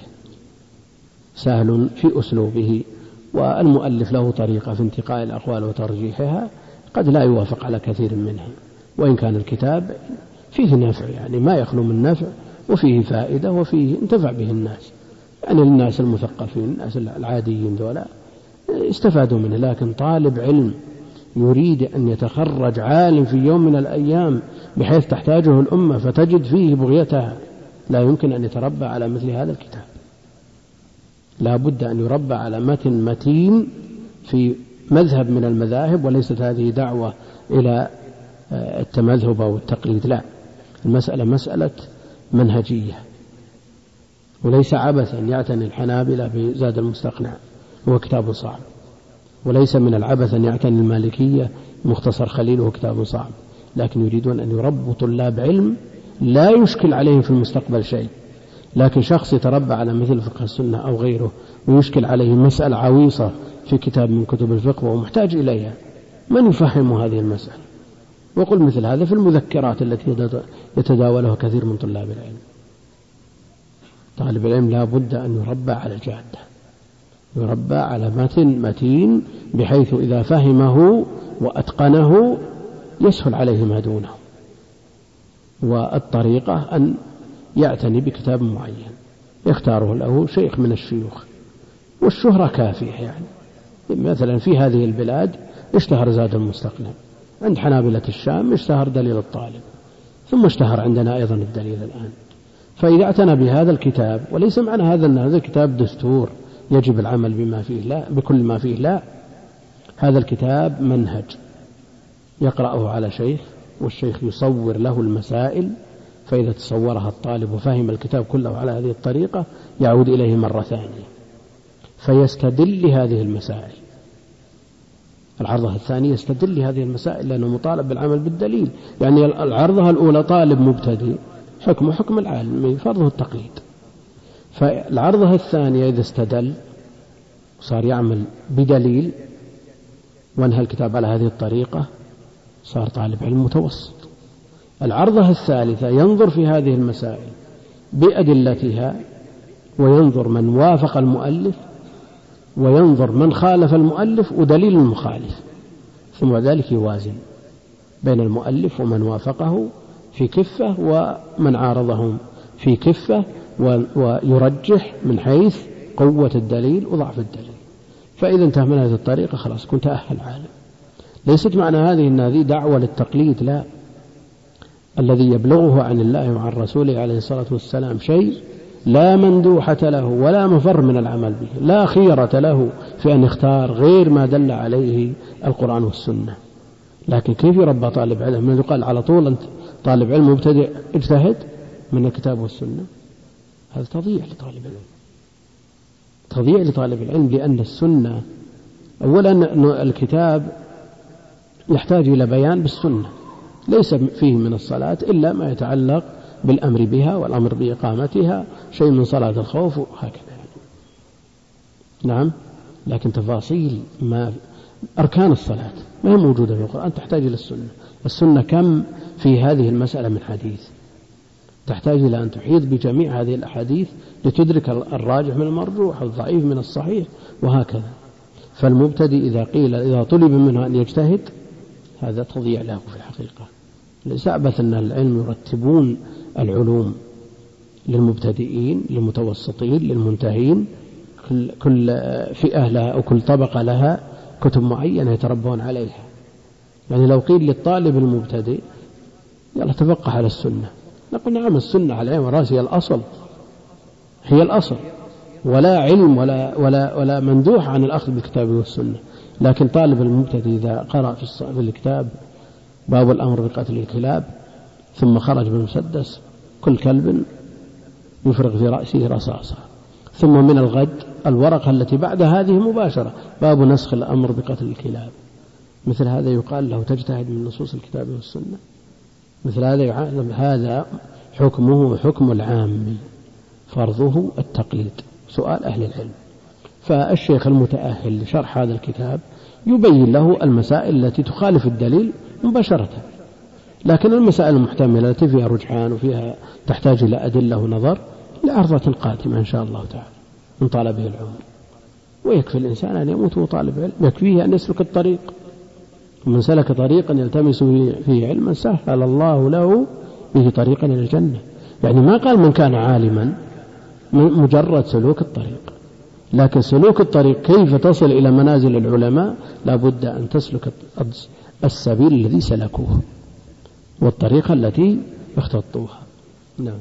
سهل في أسلوبه، والمؤلف له طريقة في انتقاء الأقوال وترجيحها قد لا يوافق على كثير منها، وإن كان الكتاب فيه نفع، يعني ما يخلو من نفع وفيه فائدة وفيه انتفع به الناس، يعني الناس المثقفين الناس العاديين ذولا استفادوا منه. لكن طالب علم يريد أن يتخرج عالم في يوم من الأيام بحيث تحتاجه الأمة فتجد فيه بغيتها، لا يمكن أن يتربى على مثل هذا الكتاب، لا بد أن يربى على متن متين في مذهب من المذاهب، وليست هذه دعوة إلى التمذهب أو التقليد، لا، المسألة مسألة منهجية، وليس عبثا يعتني الحنابلة بزاد المستقنع، هو كتاب صعب، وليس من العبث أن يعتني المالكية مختصر خليل، هو كتاب صعب، لكن يريدون أن يربوا طلاب علم لا يشكل عليهم في المستقبل شيء. لكن شخص يتربى على مثل فقه السنة أو غيره ويشكل عليه مسألة عويصة في كتاب من كتب الفقه وهو محتاج إليها، من يفهم هذه المسألة؟ وقل مثل هذا في المذكرات التي يتداولها كثير من طلاب العلم. طالب العلم لا بد أن يربى على الجادة، يربى على متن متين بحيث إذا فهمه وأتقنه يسهل عليه ما دونه. والطريقة أن يعتني بكتاب معين يختاره له شيخ من الشيوخ، والشهرة كافية، يعني مثلا في هذه البلاد اشتهر زاد المستقنع، عند حنابلة الشام اشتهر دليل الطالب، ثم اشتهر عندنا أيضا الدليل الآن. فإذا اعتنى بهذا الكتاب، وليس معنى هذا أن هذا الكتاب دستور يجب العمل بما فيه، لا، بكل ما فيه، لا، هذا الكتاب منهج يقرأه على شيخ، والشيخ يصور له المسائل، فإذا تصورها الطالب وفهم الكتاب كله على هذه الطريقة يعود إليه مرة ثانية فيستدل لهذه المسائل. العرضة الثانية يستدل لهذه المسائل لأنه مطالب بالعمل بالدليل، يعني العرضة الأولى طالب مبتدئ حكمه حكم العالم فرضه التقليد، فالعرضة الثانية إذا استدل صار يعمل بدليل وانهى الكتاب على هذه الطريقة صار طالب علم متوسط. العرضة الثالثة ينظر في هذه المسائل بأدلتها، وينظر من وافق المؤلف، وينظر من خالف المؤلف ودليل المخالف، ثم ذلك يوازن بين المؤلف ومن وافقه في كفة ومن عارضهم في كفة، ويرجح من حيث قوة الدليل وضعف الدليل. فإذا انتهى من هذه الطريقة خلاص كنت أهل عالم. ليست معنى هذه أن هذه دعوة للتقليد، لا، الذي يبلغه عن الله وعن رسوله عليه الصلاة والسلام شيء لا مندوحة له ولا مفر من العمل به، لا خيرة له في أن يختار غير ما دل عليه القرآن والسنة. لكن كيف يربى طالب علم؟ من يقال على طول أنت طالب علم مبتدئ اجتهد من الكتاب والسنة، هذا تضييع لطالب العلم، تضييع لطالب العلم، لأن السنة أولا الكتاب يحتاج إلى بيان بالسنة، ليس فيه من الصلاة إلا ما يتعلق بالأمر بها والأمر بإقامتها، شيء من صلاة الخوف وهكذا. نعم، لكن تفاصيل ما أركان الصلاة ما هي موجودة في القرآن، تحتاج إلى السنة. السنة كم في هذه المسألة من حديث، تحتاج إلى أن تحيط بجميع هذه الأحاديث لتدرك الراجح من المرجوح والضعيف من الصحيح وهكذا. فالمبتدئ إذا قيل إذا طلب منه أن يجتهد هذا تضيع له في الحقيقة. ليس عبث أن العلم يرتبون العلوم للمبتدئين للمتوسطين للمنتهين، كل فئة لها أو كل طبقة لها كتب معينة يتربون عليها. يعني لو قيل للطالب المبتدئ يلا تفقه على السنة، نقول نعم السنة على عين ورأس هي الأصل، هي الأصل، ولا علم ولا ولا ولا مندوح عن الأخذ بالكتاب والسنة. لكن طالب المبتدئ إذا قرأ في الكتاب باب الأمر بقتل الكلاب ثم خرج بالمسدس كل كلب يفرغ في رأسه رصاصة، ثم من الغد الورقة التي بعد هذه مباشرة باب نسخ الأمر بقتل الكلاب، مثل هذا يقال له تجتهد من نصوص الكتاب والسنة؟ مثل هذا يعلم هذا حكمه حكم العام، فرضه التقليد، سؤال أهل العلم. فالشيخ المتأهل لشرح هذا الكتاب يبين له المسائل التي تخالف الدليل مباشرة، لكن المسائل المحتملة التي فيها رجحان وفيها تحتاج إلى أدلة ونظر لعرضة قادمة إن شاء الله تعالى من طلبه العمر. ويكفي الإنسان أن يموت وطالب علم، يكفيه أن يسلك الطريق، من سلك طريقا يلتمس فيه علما سهل الله له به طريقا إلى الجنة. يعني ما قال من كان عالما مجرد سلوك الطريق، لكن سلوك الطريق كيف تصل إلى منازل العلماء لابد أن تسلك السبيل الذي سلكوه والطريقة التي اختطوها. نعم.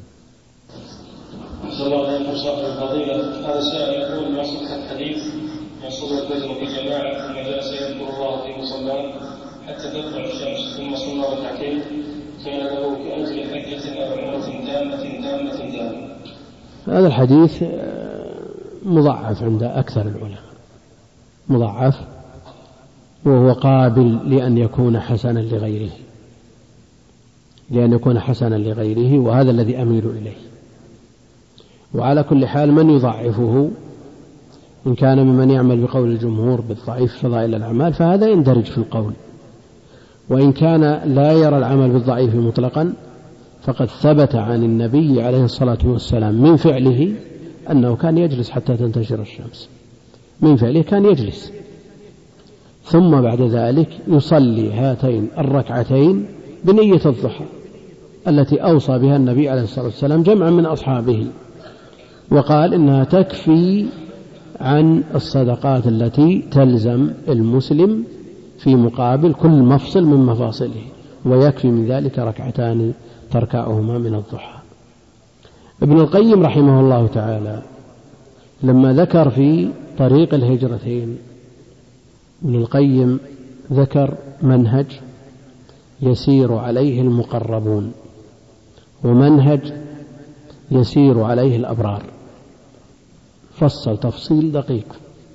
صلى الله عليه وسلم الفضيلة. هذا السائل يقول ما صح الحديث من صلى الفجر في جماعة ثم جلس يذكر الله في مصلاه حتى تطلع الشمس ثم صلى ركعتين كان له كأجر حجة أو عمرة تامة تامة تامة. هذا الحديث مضعف عند أكثر العلماء، مضعف، وهو قابل لأن يكون حسنا لغيره، لأن يكون حسنا لغيره وهذا الذي أميل إليه. وعلى كل حال من يضعفه إن كان ممن يعمل بقول الجمهور بالضعيف فضائل الأعمال فهذا يندرج في القول، وإن كان لا يرى العمل بالضعيف مطلقا فقد ثبت عن النبي عليه الصلاة والسلام من فعله أنه كان يجلس حتى تنتشر الشمس، من فعله كان يجلس، ثم بعد ذلك يصلي هاتين الركعتين بنية الضحى التي أوصى بها النبي عليه الصلاة والسلام جمعا من أصحابه، وقال إنها تكفي عن الصدقات التي تلزم المسلم في مقابل كل مفصل من مفاصله، ويكفي من ذلك ركعتان تركعهما من الضحى. ابن القيم رحمه الله تعالى لما ذكر في طريق الهجرتين، ابن القيم ذكر منهج يسير عليه المقربون ومنهج يسير عليه الأبرار، فصل تفصيل دقيق.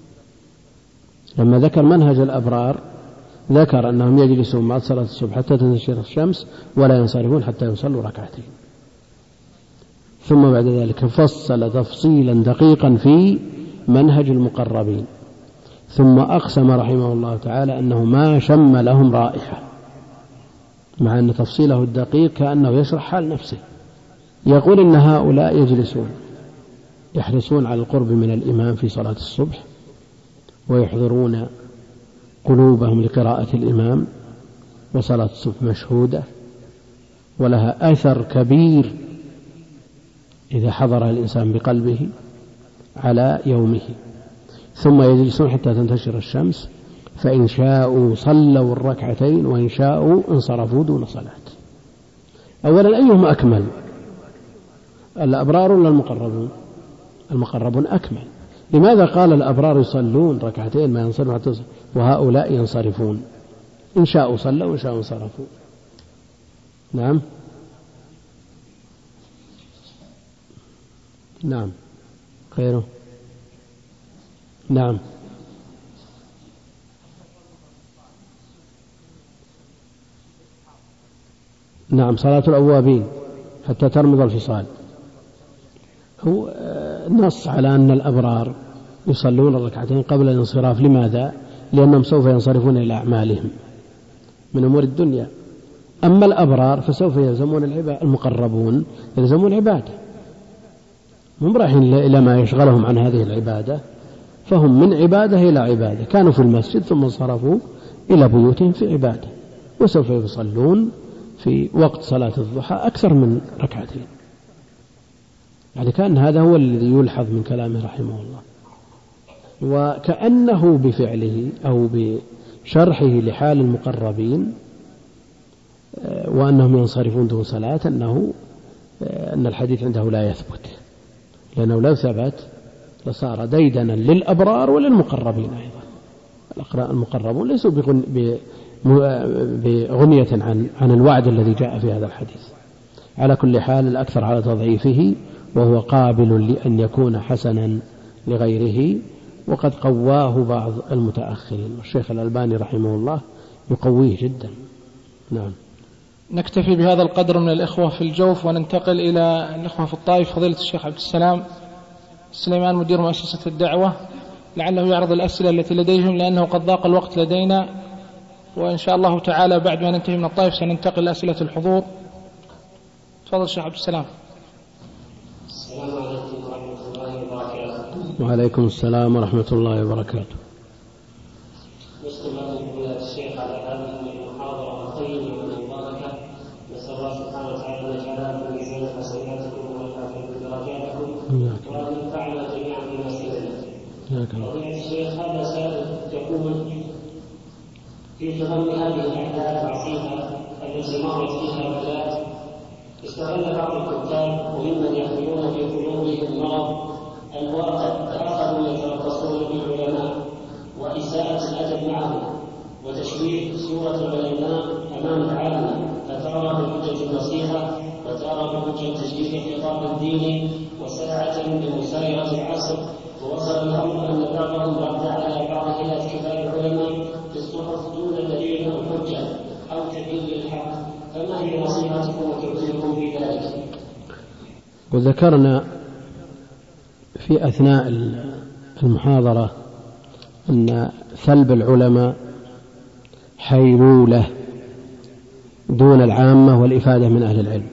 لما ذكر منهج الأبرار ذكر أنهم يجلسون بعد صلاة الصبح حتى تنتشر الشمس ولا ينصرفون حتى يصلوا ركعتين، ثم بعد ذلك فصل تفصيلا دقيقا في منهج المقربين، ثم أقسم رحمه الله تعالى أنه ما شم لهم رائحة، مع أن تفصيله الدقيق كأنه يشرح حال نفسه. يقول إن هؤلاء يجلسون يحرصون على القرب من الإمام في صلاة الصبح ويحضرون قلوبهم لقراءة الإمام، وصلاة الصبح مشهودة ولها أثر كبير إذا حضر الإنسان بقلبه على يومه، ثم يجلسون حتى تنتشر الشمس، فإن شاءوا صلوا الركعتين وإن شاءوا انصرفوا دون صلاة. أولا أيهم أكمل، الأبرار ولا المقربون؟ المقربون أكمل. لماذا قال الأبرار يصلون ركعتين ما ينصرفون حتى وهؤلاء ينصرفون؟ إن شاءوا صلوا وإن شاءوا انصرفوا. نعم. نعم. خيره. نعم. نعم. صلاة الأوابين حتى ترمض الفصال. هو نص على أن الأبرار يصلون الركعتين قبل الانصراف. لماذا؟ لأنهم سوف ينصرفون إلى أعمالهم من أمور الدنيا. أما الأبرار فسوف يلزمون العبادة، المقربون يلزمون العبادة، هم رايحين إلى ما يشغلهم عن هذه العبادة، فهم من عبادة إلى عبادة. كانوا في المسجد ثم انصرفوا إلى بيوتهم في عبادة، وسوف يصلون في وقت صلاة الضحى أكثر من ركعتين. يعني كان هذا هو الذي يلحظ من كلامه رحمه الله، وكأنه بفعله أو بشرحه لحال المقربين وأنهم ينصرفون دون صلاة أنه أن الحديث عنده لا يثبت، لأنه لو ثبت لصار ديدنا للأبرار وللمقربين أيضا. المقربون ليسوا بغنية عن عن الوعد الذي جاء في هذا الحديث. على كل حال الأكثر على تضعيفه، وهو قابل لأن يكون حسنا لغيره، وقد قواه بعض المتأخرين، والشيخ الألباني رحمه الله يقويه جدا. نعم. نكتفي بهذا القدر من الإخوة في الجوف، وننتقل إلى الإخوة في الطائف. فضيلة الشيخ عبد السلام سليمان مدير مؤسسة الدعوة لعله يعرض الأسئلة التي لديهم، لأنه قد ضاق الوقت لدينا، وإن شاء الله تعالى بعد ما ننتهي من الطائف سننتقل لأسئلة الحضور. تفضل الشيخ عبد السلام. السلام عليكم ورحمة الله وبركاته. وعليكم السلام ورحمة الله وبركاته. نشكر فضيلة الشيخ على هذه المحاضرة القيمة والمباركة، نسأل الله سبحانه وتعالى أن يجعلها في ميزان حسناتكم ويرفع درجاتكم وأن ينفعنا جميعا بما سمعنا. فضيلة الشيخ، هذا سائل يقول: في تضمن هذه الأحداث العصيبة التي مرت فيها بلاد، استغل بعض الكتاب وممن يحملون في قلوبهم مرض الواقع فأخذوا يتربصون بالعلماء وإساءة الأدب معهم وتشويه صورة العلماء أمام العامة، فترى بحجة النصيحة وترى بحجة تجديد الخطاب الديني وساعة بمسايرة العصر. ووصل الأمر أن بعضهم رد على بعض هيئة كبار العلماء في الصحف دون دليل أو حجة أو تبين للحق، فما هي نصيحتكم وتوجيهكم في ذلك؟ وذكرنا في أثناء المحاضرة أن ثلب العلماء حيلولة دون العامة والإفادة من أهل العلم،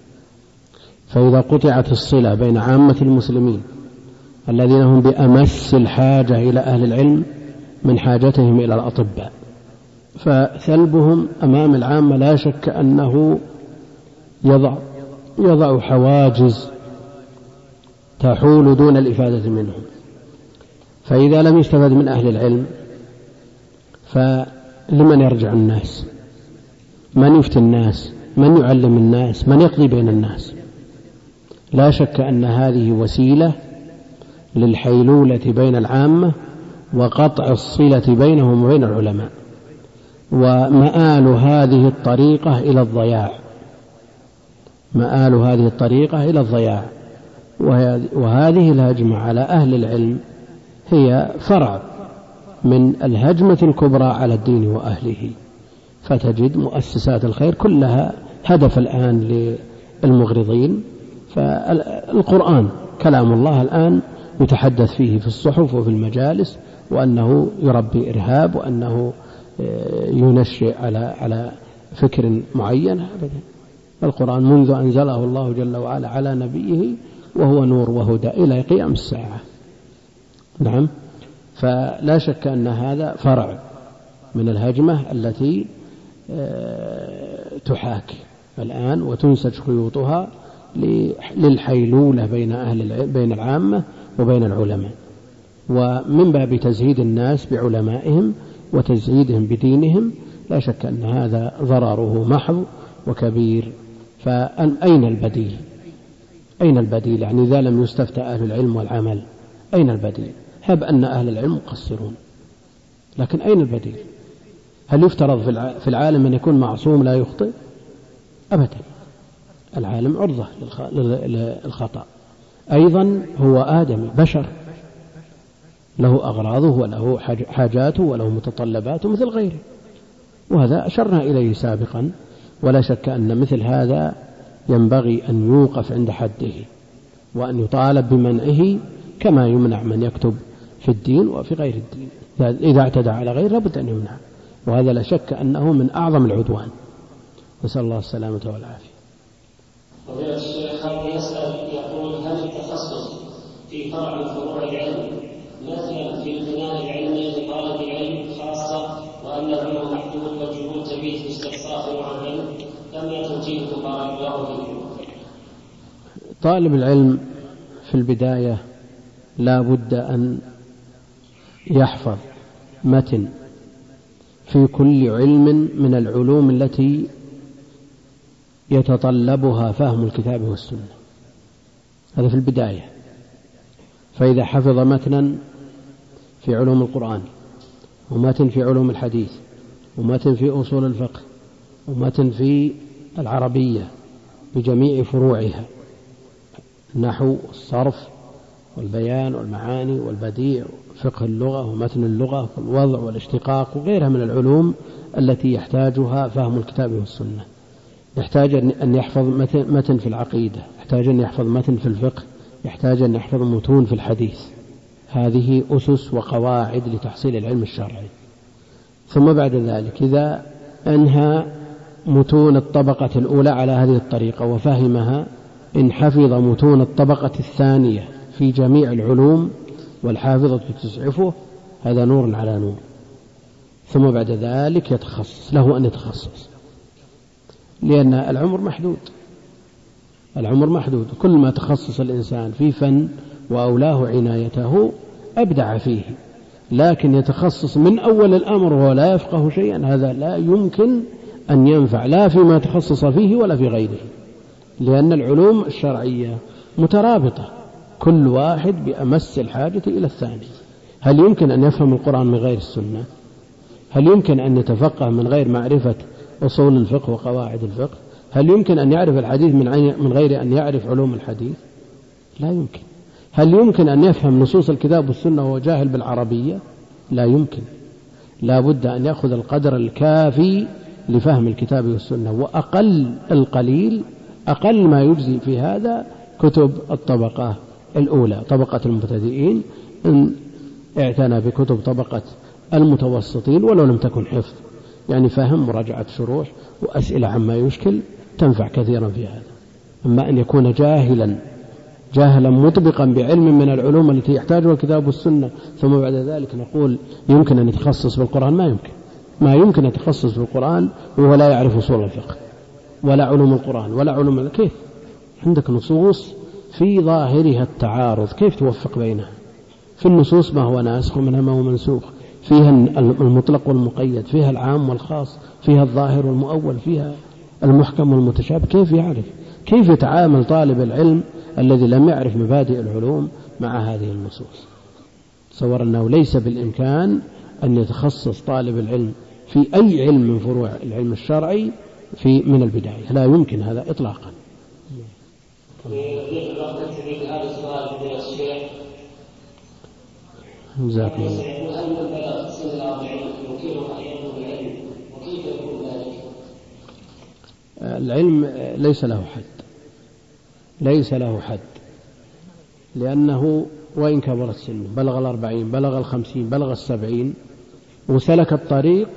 فإذا قطعت الصلة بين عامة المسلمين الذين هم بأمس الحاجة إلى أهل العلم من حاجتهم إلى الأطباء، فثلبهم أمام العامة لا شك أنه يضع, يضع حواجز تحول دون الإفادة منهم. فإذا لم يستفد من أهل العلم فلمن يرجع الناس؟ من يفتي الناس؟ من يعلم الناس؟ من يقضي بين الناس؟ لا شك أن هذه وسيلة للحيلولة بين العامة وقطع الصلة بينهم وبين العلماء، ومآل هذه الطريقة إلى الضياع، مآل هذه الطريقة إلى الضياع. وهذه الهجمة على أهل العلم هي فرع من الهجمة الكبرى على الدين وأهله، فتجد مؤسسات الخير كلها هدف الآن للمغرضين. فالقرآن كلام الله الآن يتحدث فيه في الصحف وفي المجالس، وأنه يربي إرهاب، وأنه ينشئ على على فكر معين. أبدا، القرآن منذ أنزله الله جل وعلا على نبيه وهو نور وهدى إلى قيام الساعة. نعم. فلا شك أن هذا فرع من الهجمة التي تحاك الآن وتنسج خيوطها للحيلولة بين أهل بين العامة وبين العلماء، ومن باب تزهيد الناس بعلمائهم وتزهيدهم بدينهم. لا شك أن هذا ضرره محض وكبير. فأين البديل؟ أين البديل؟ يعني إذا لم يستفتى أهل العلم والعمل أين البديل؟ هب أن أهل العلم مقصرون، لكن أين البديل؟ هل يفترض في العالم أن يكون معصوم لا يخطئ؟ أبدا، العالم عرضة للخطأ. أيضا هو آدمي بشر، له أغراضه وله حاجاته وله متطلباته مثل غيره، وهذا أشرنا إليه سابقا. ولا شك أن مثل هذا ينبغي أن يوقف عند حده وأن يطالب بمنعه كما يمنع من يكتب في الدين وفي غير الدين. إذا اعتدى على غيره لابد أن يمنع، وهذا لا شك أنه من أعظم العدوان، نسأل الله السلامة والعافية. فضيلة الشيخ هذا يسأل يقول: هل التخصص في فرع من فروع العلم مثلا في البنيان العلمي لطالب العلم خاصة، وأن العلم محدود والجهود تبيت في استقصاء عن العلم، لم يتجيب بارك الله فيكم؟ طالب العلم في البداية لا بد أن يحفظ متن في كل علم من العلوم التي يتطلبها فهم الكتاب والسنة، هذا في البداية. فإذا حفظ متنا في علوم القرآن، ومتن في علوم الحديث، ومتن في أصول الفقه، ومتن في العربية بجميع فروعها، النحو والصرف والبيان والمعاني والبديع وفقه اللغة ومتن اللغة والوضع والاشتقاق وغيرها من العلوم التي يحتاجها فهم الكتاب والسنة، يحتاج أن يحفظ متن في العقيدة، يحتاج أن يحفظ متن في الفقه، يحتاج أن يحفظ متون في الحديث. هذه أسس وقواعد لتحصيل العلم الشرعي. ثم بعد ذلك إذا أنهى متون الطبقة الأولى على هذه الطريقة وفهمها، إن حفظ متون الطبقة الثانية في جميع العلوم والحافظة تسعفه، هذا نور على نور. ثم بعد ذلك يتخصص، له أن يتخصص، لأن العمر محدود، العمر محدود. كل ما تخصص الإنسان في فن وأولاه عنايته أبدع فيه، لكن يتخصص من أول الأمر وهو لا يفقه شيئا، هذا لا يمكن أن ينفع لا فيما تخصص فيه ولا في غيره، لأن العلوم الشرعية مترابطة، كل واحد بأمس الحاجة إلى الثاني. هل يمكن أن يفهم القرآن من غير السنة؟ هل يمكن أن يتفقه من غير معرفة أصول الفقه وقواعد الفقه؟ هل يمكن أن يعرف الحديث من غير أن يعرف علوم الحديث؟ لا يمكن. هل يمكن أن يفهم نصوص الكتاب والسنة وهو جاهل بالعربية؟ لا يمكن. لا بد أن يأخذ القدر الكافي لفهم الكتاب والسنة، وأقل القليل أقل ما يجزي في هذا كتب الطبقة الأولى، طبقة المبتدئين، إن اعتنى بكتب طبقة المتوسطين ولو لم تكن حفظ، يعني فهم مراجعة شروح وأسئلة عما يشكل تنفع كثيرا في هذا. أما أن يكون جاهلا جاهلا مطبقا بعلم من العلوم التي يحتاجها الكتاب والسنة، ثم بعد ذلك نقول يمكن أن يتخصص بالقرآن، ما يمكن. ما يمكن أن يتخصص بالقرآن وهو لا يعرف أصول الفقه ولا علوم القرآن ولا علوم، كيف؟ عندك نصوص في ظاهرها التعارض، كيف توفق بينها؟ في النصوص ما هو ناسخ ومنها ما هو منسوخ، فيها المطلق والمقيد، فيها العام والخاص، فيها الظاهر والمؤول، فيها المحكم والمتشابه. كيف يعرف؟ كيف يتعامل طالب العلم الذي لم يعرف مبادئ العلوم مع هذه النصوص؟ تصور أنه ليس بالإمكان أن يتخصص طالب العلم في أي علم من فروع العلم الشرعي في من البداية، لا يمكن هذا إطلاقا. هذا السؤال من الشيخ جزاكم الله. هل من بلغ سن الأربعين يمكنه أن يطلب العلم، وكيف يكون ذلك؟ العلم ليس له حد، ليس له حد، لأنه وإن كبرت سنه، بلغ الأربعين، بلغ الخمسين، بلغ السبعين، وسلك الطريق،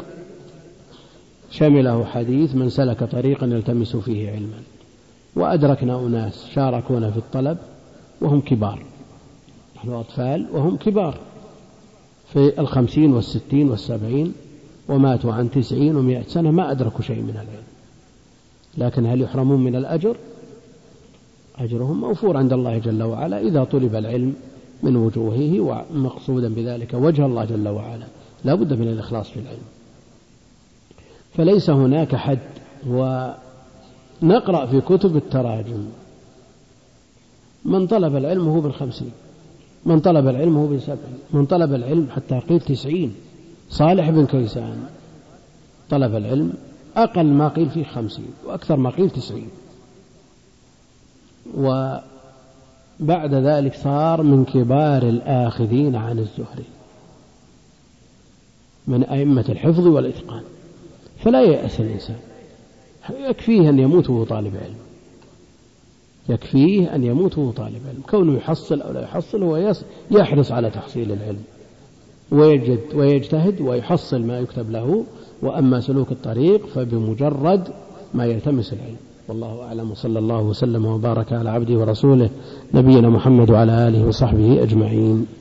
شمله حديث من سلك طريقا يلتمس فيه علما. وأدركنا أناس شاركونا في الطلب وهم كبار، نحن أطفال وهم كبار في الخمسين والستين والسبعين، وماتوا عن تسعين ومائة سنة ما أدركوا شيء من العلم. لكن هل يحرمون من الأجر؟ أجرهم موفور عند الله جل وعلا إذا طلب العلم من وجوهه، ومقصودا بذلك وجه الله جل وعلا. لا بد من الإخلاص في العلم، فليس هناك حد. ونقرأ في كتب التراجم من طلب العلم هو بالخمسين، من طلب العلم هو بالسبعين، من طلب العلم حتى قيل تسعين. صالح بن كيسان طلب العلم أقل ما قيل فيه خمسين، وأكثر ما قيل تسعين. بعد ذلك صار من كبار الآخذين عن الزهري من أئمة الحفظ والإتقان، فلا يأس الإنسان، يكفيه أن يموت وهو طالب علم، يكفيه أن يموت وهو طالب علم، كونه يحصل أو لا يحصل هو يحرص على تحصيل العلم ويجد ويجتهد ويحصل ما يكتب له. وأما سلوك الطريق فبمجرد ما يلتمس العلم. والله أعلم، وصلى الله وسلم وبارك على عبده ورسوله نبينا محمد وعلى آله وصحبه أجمعين.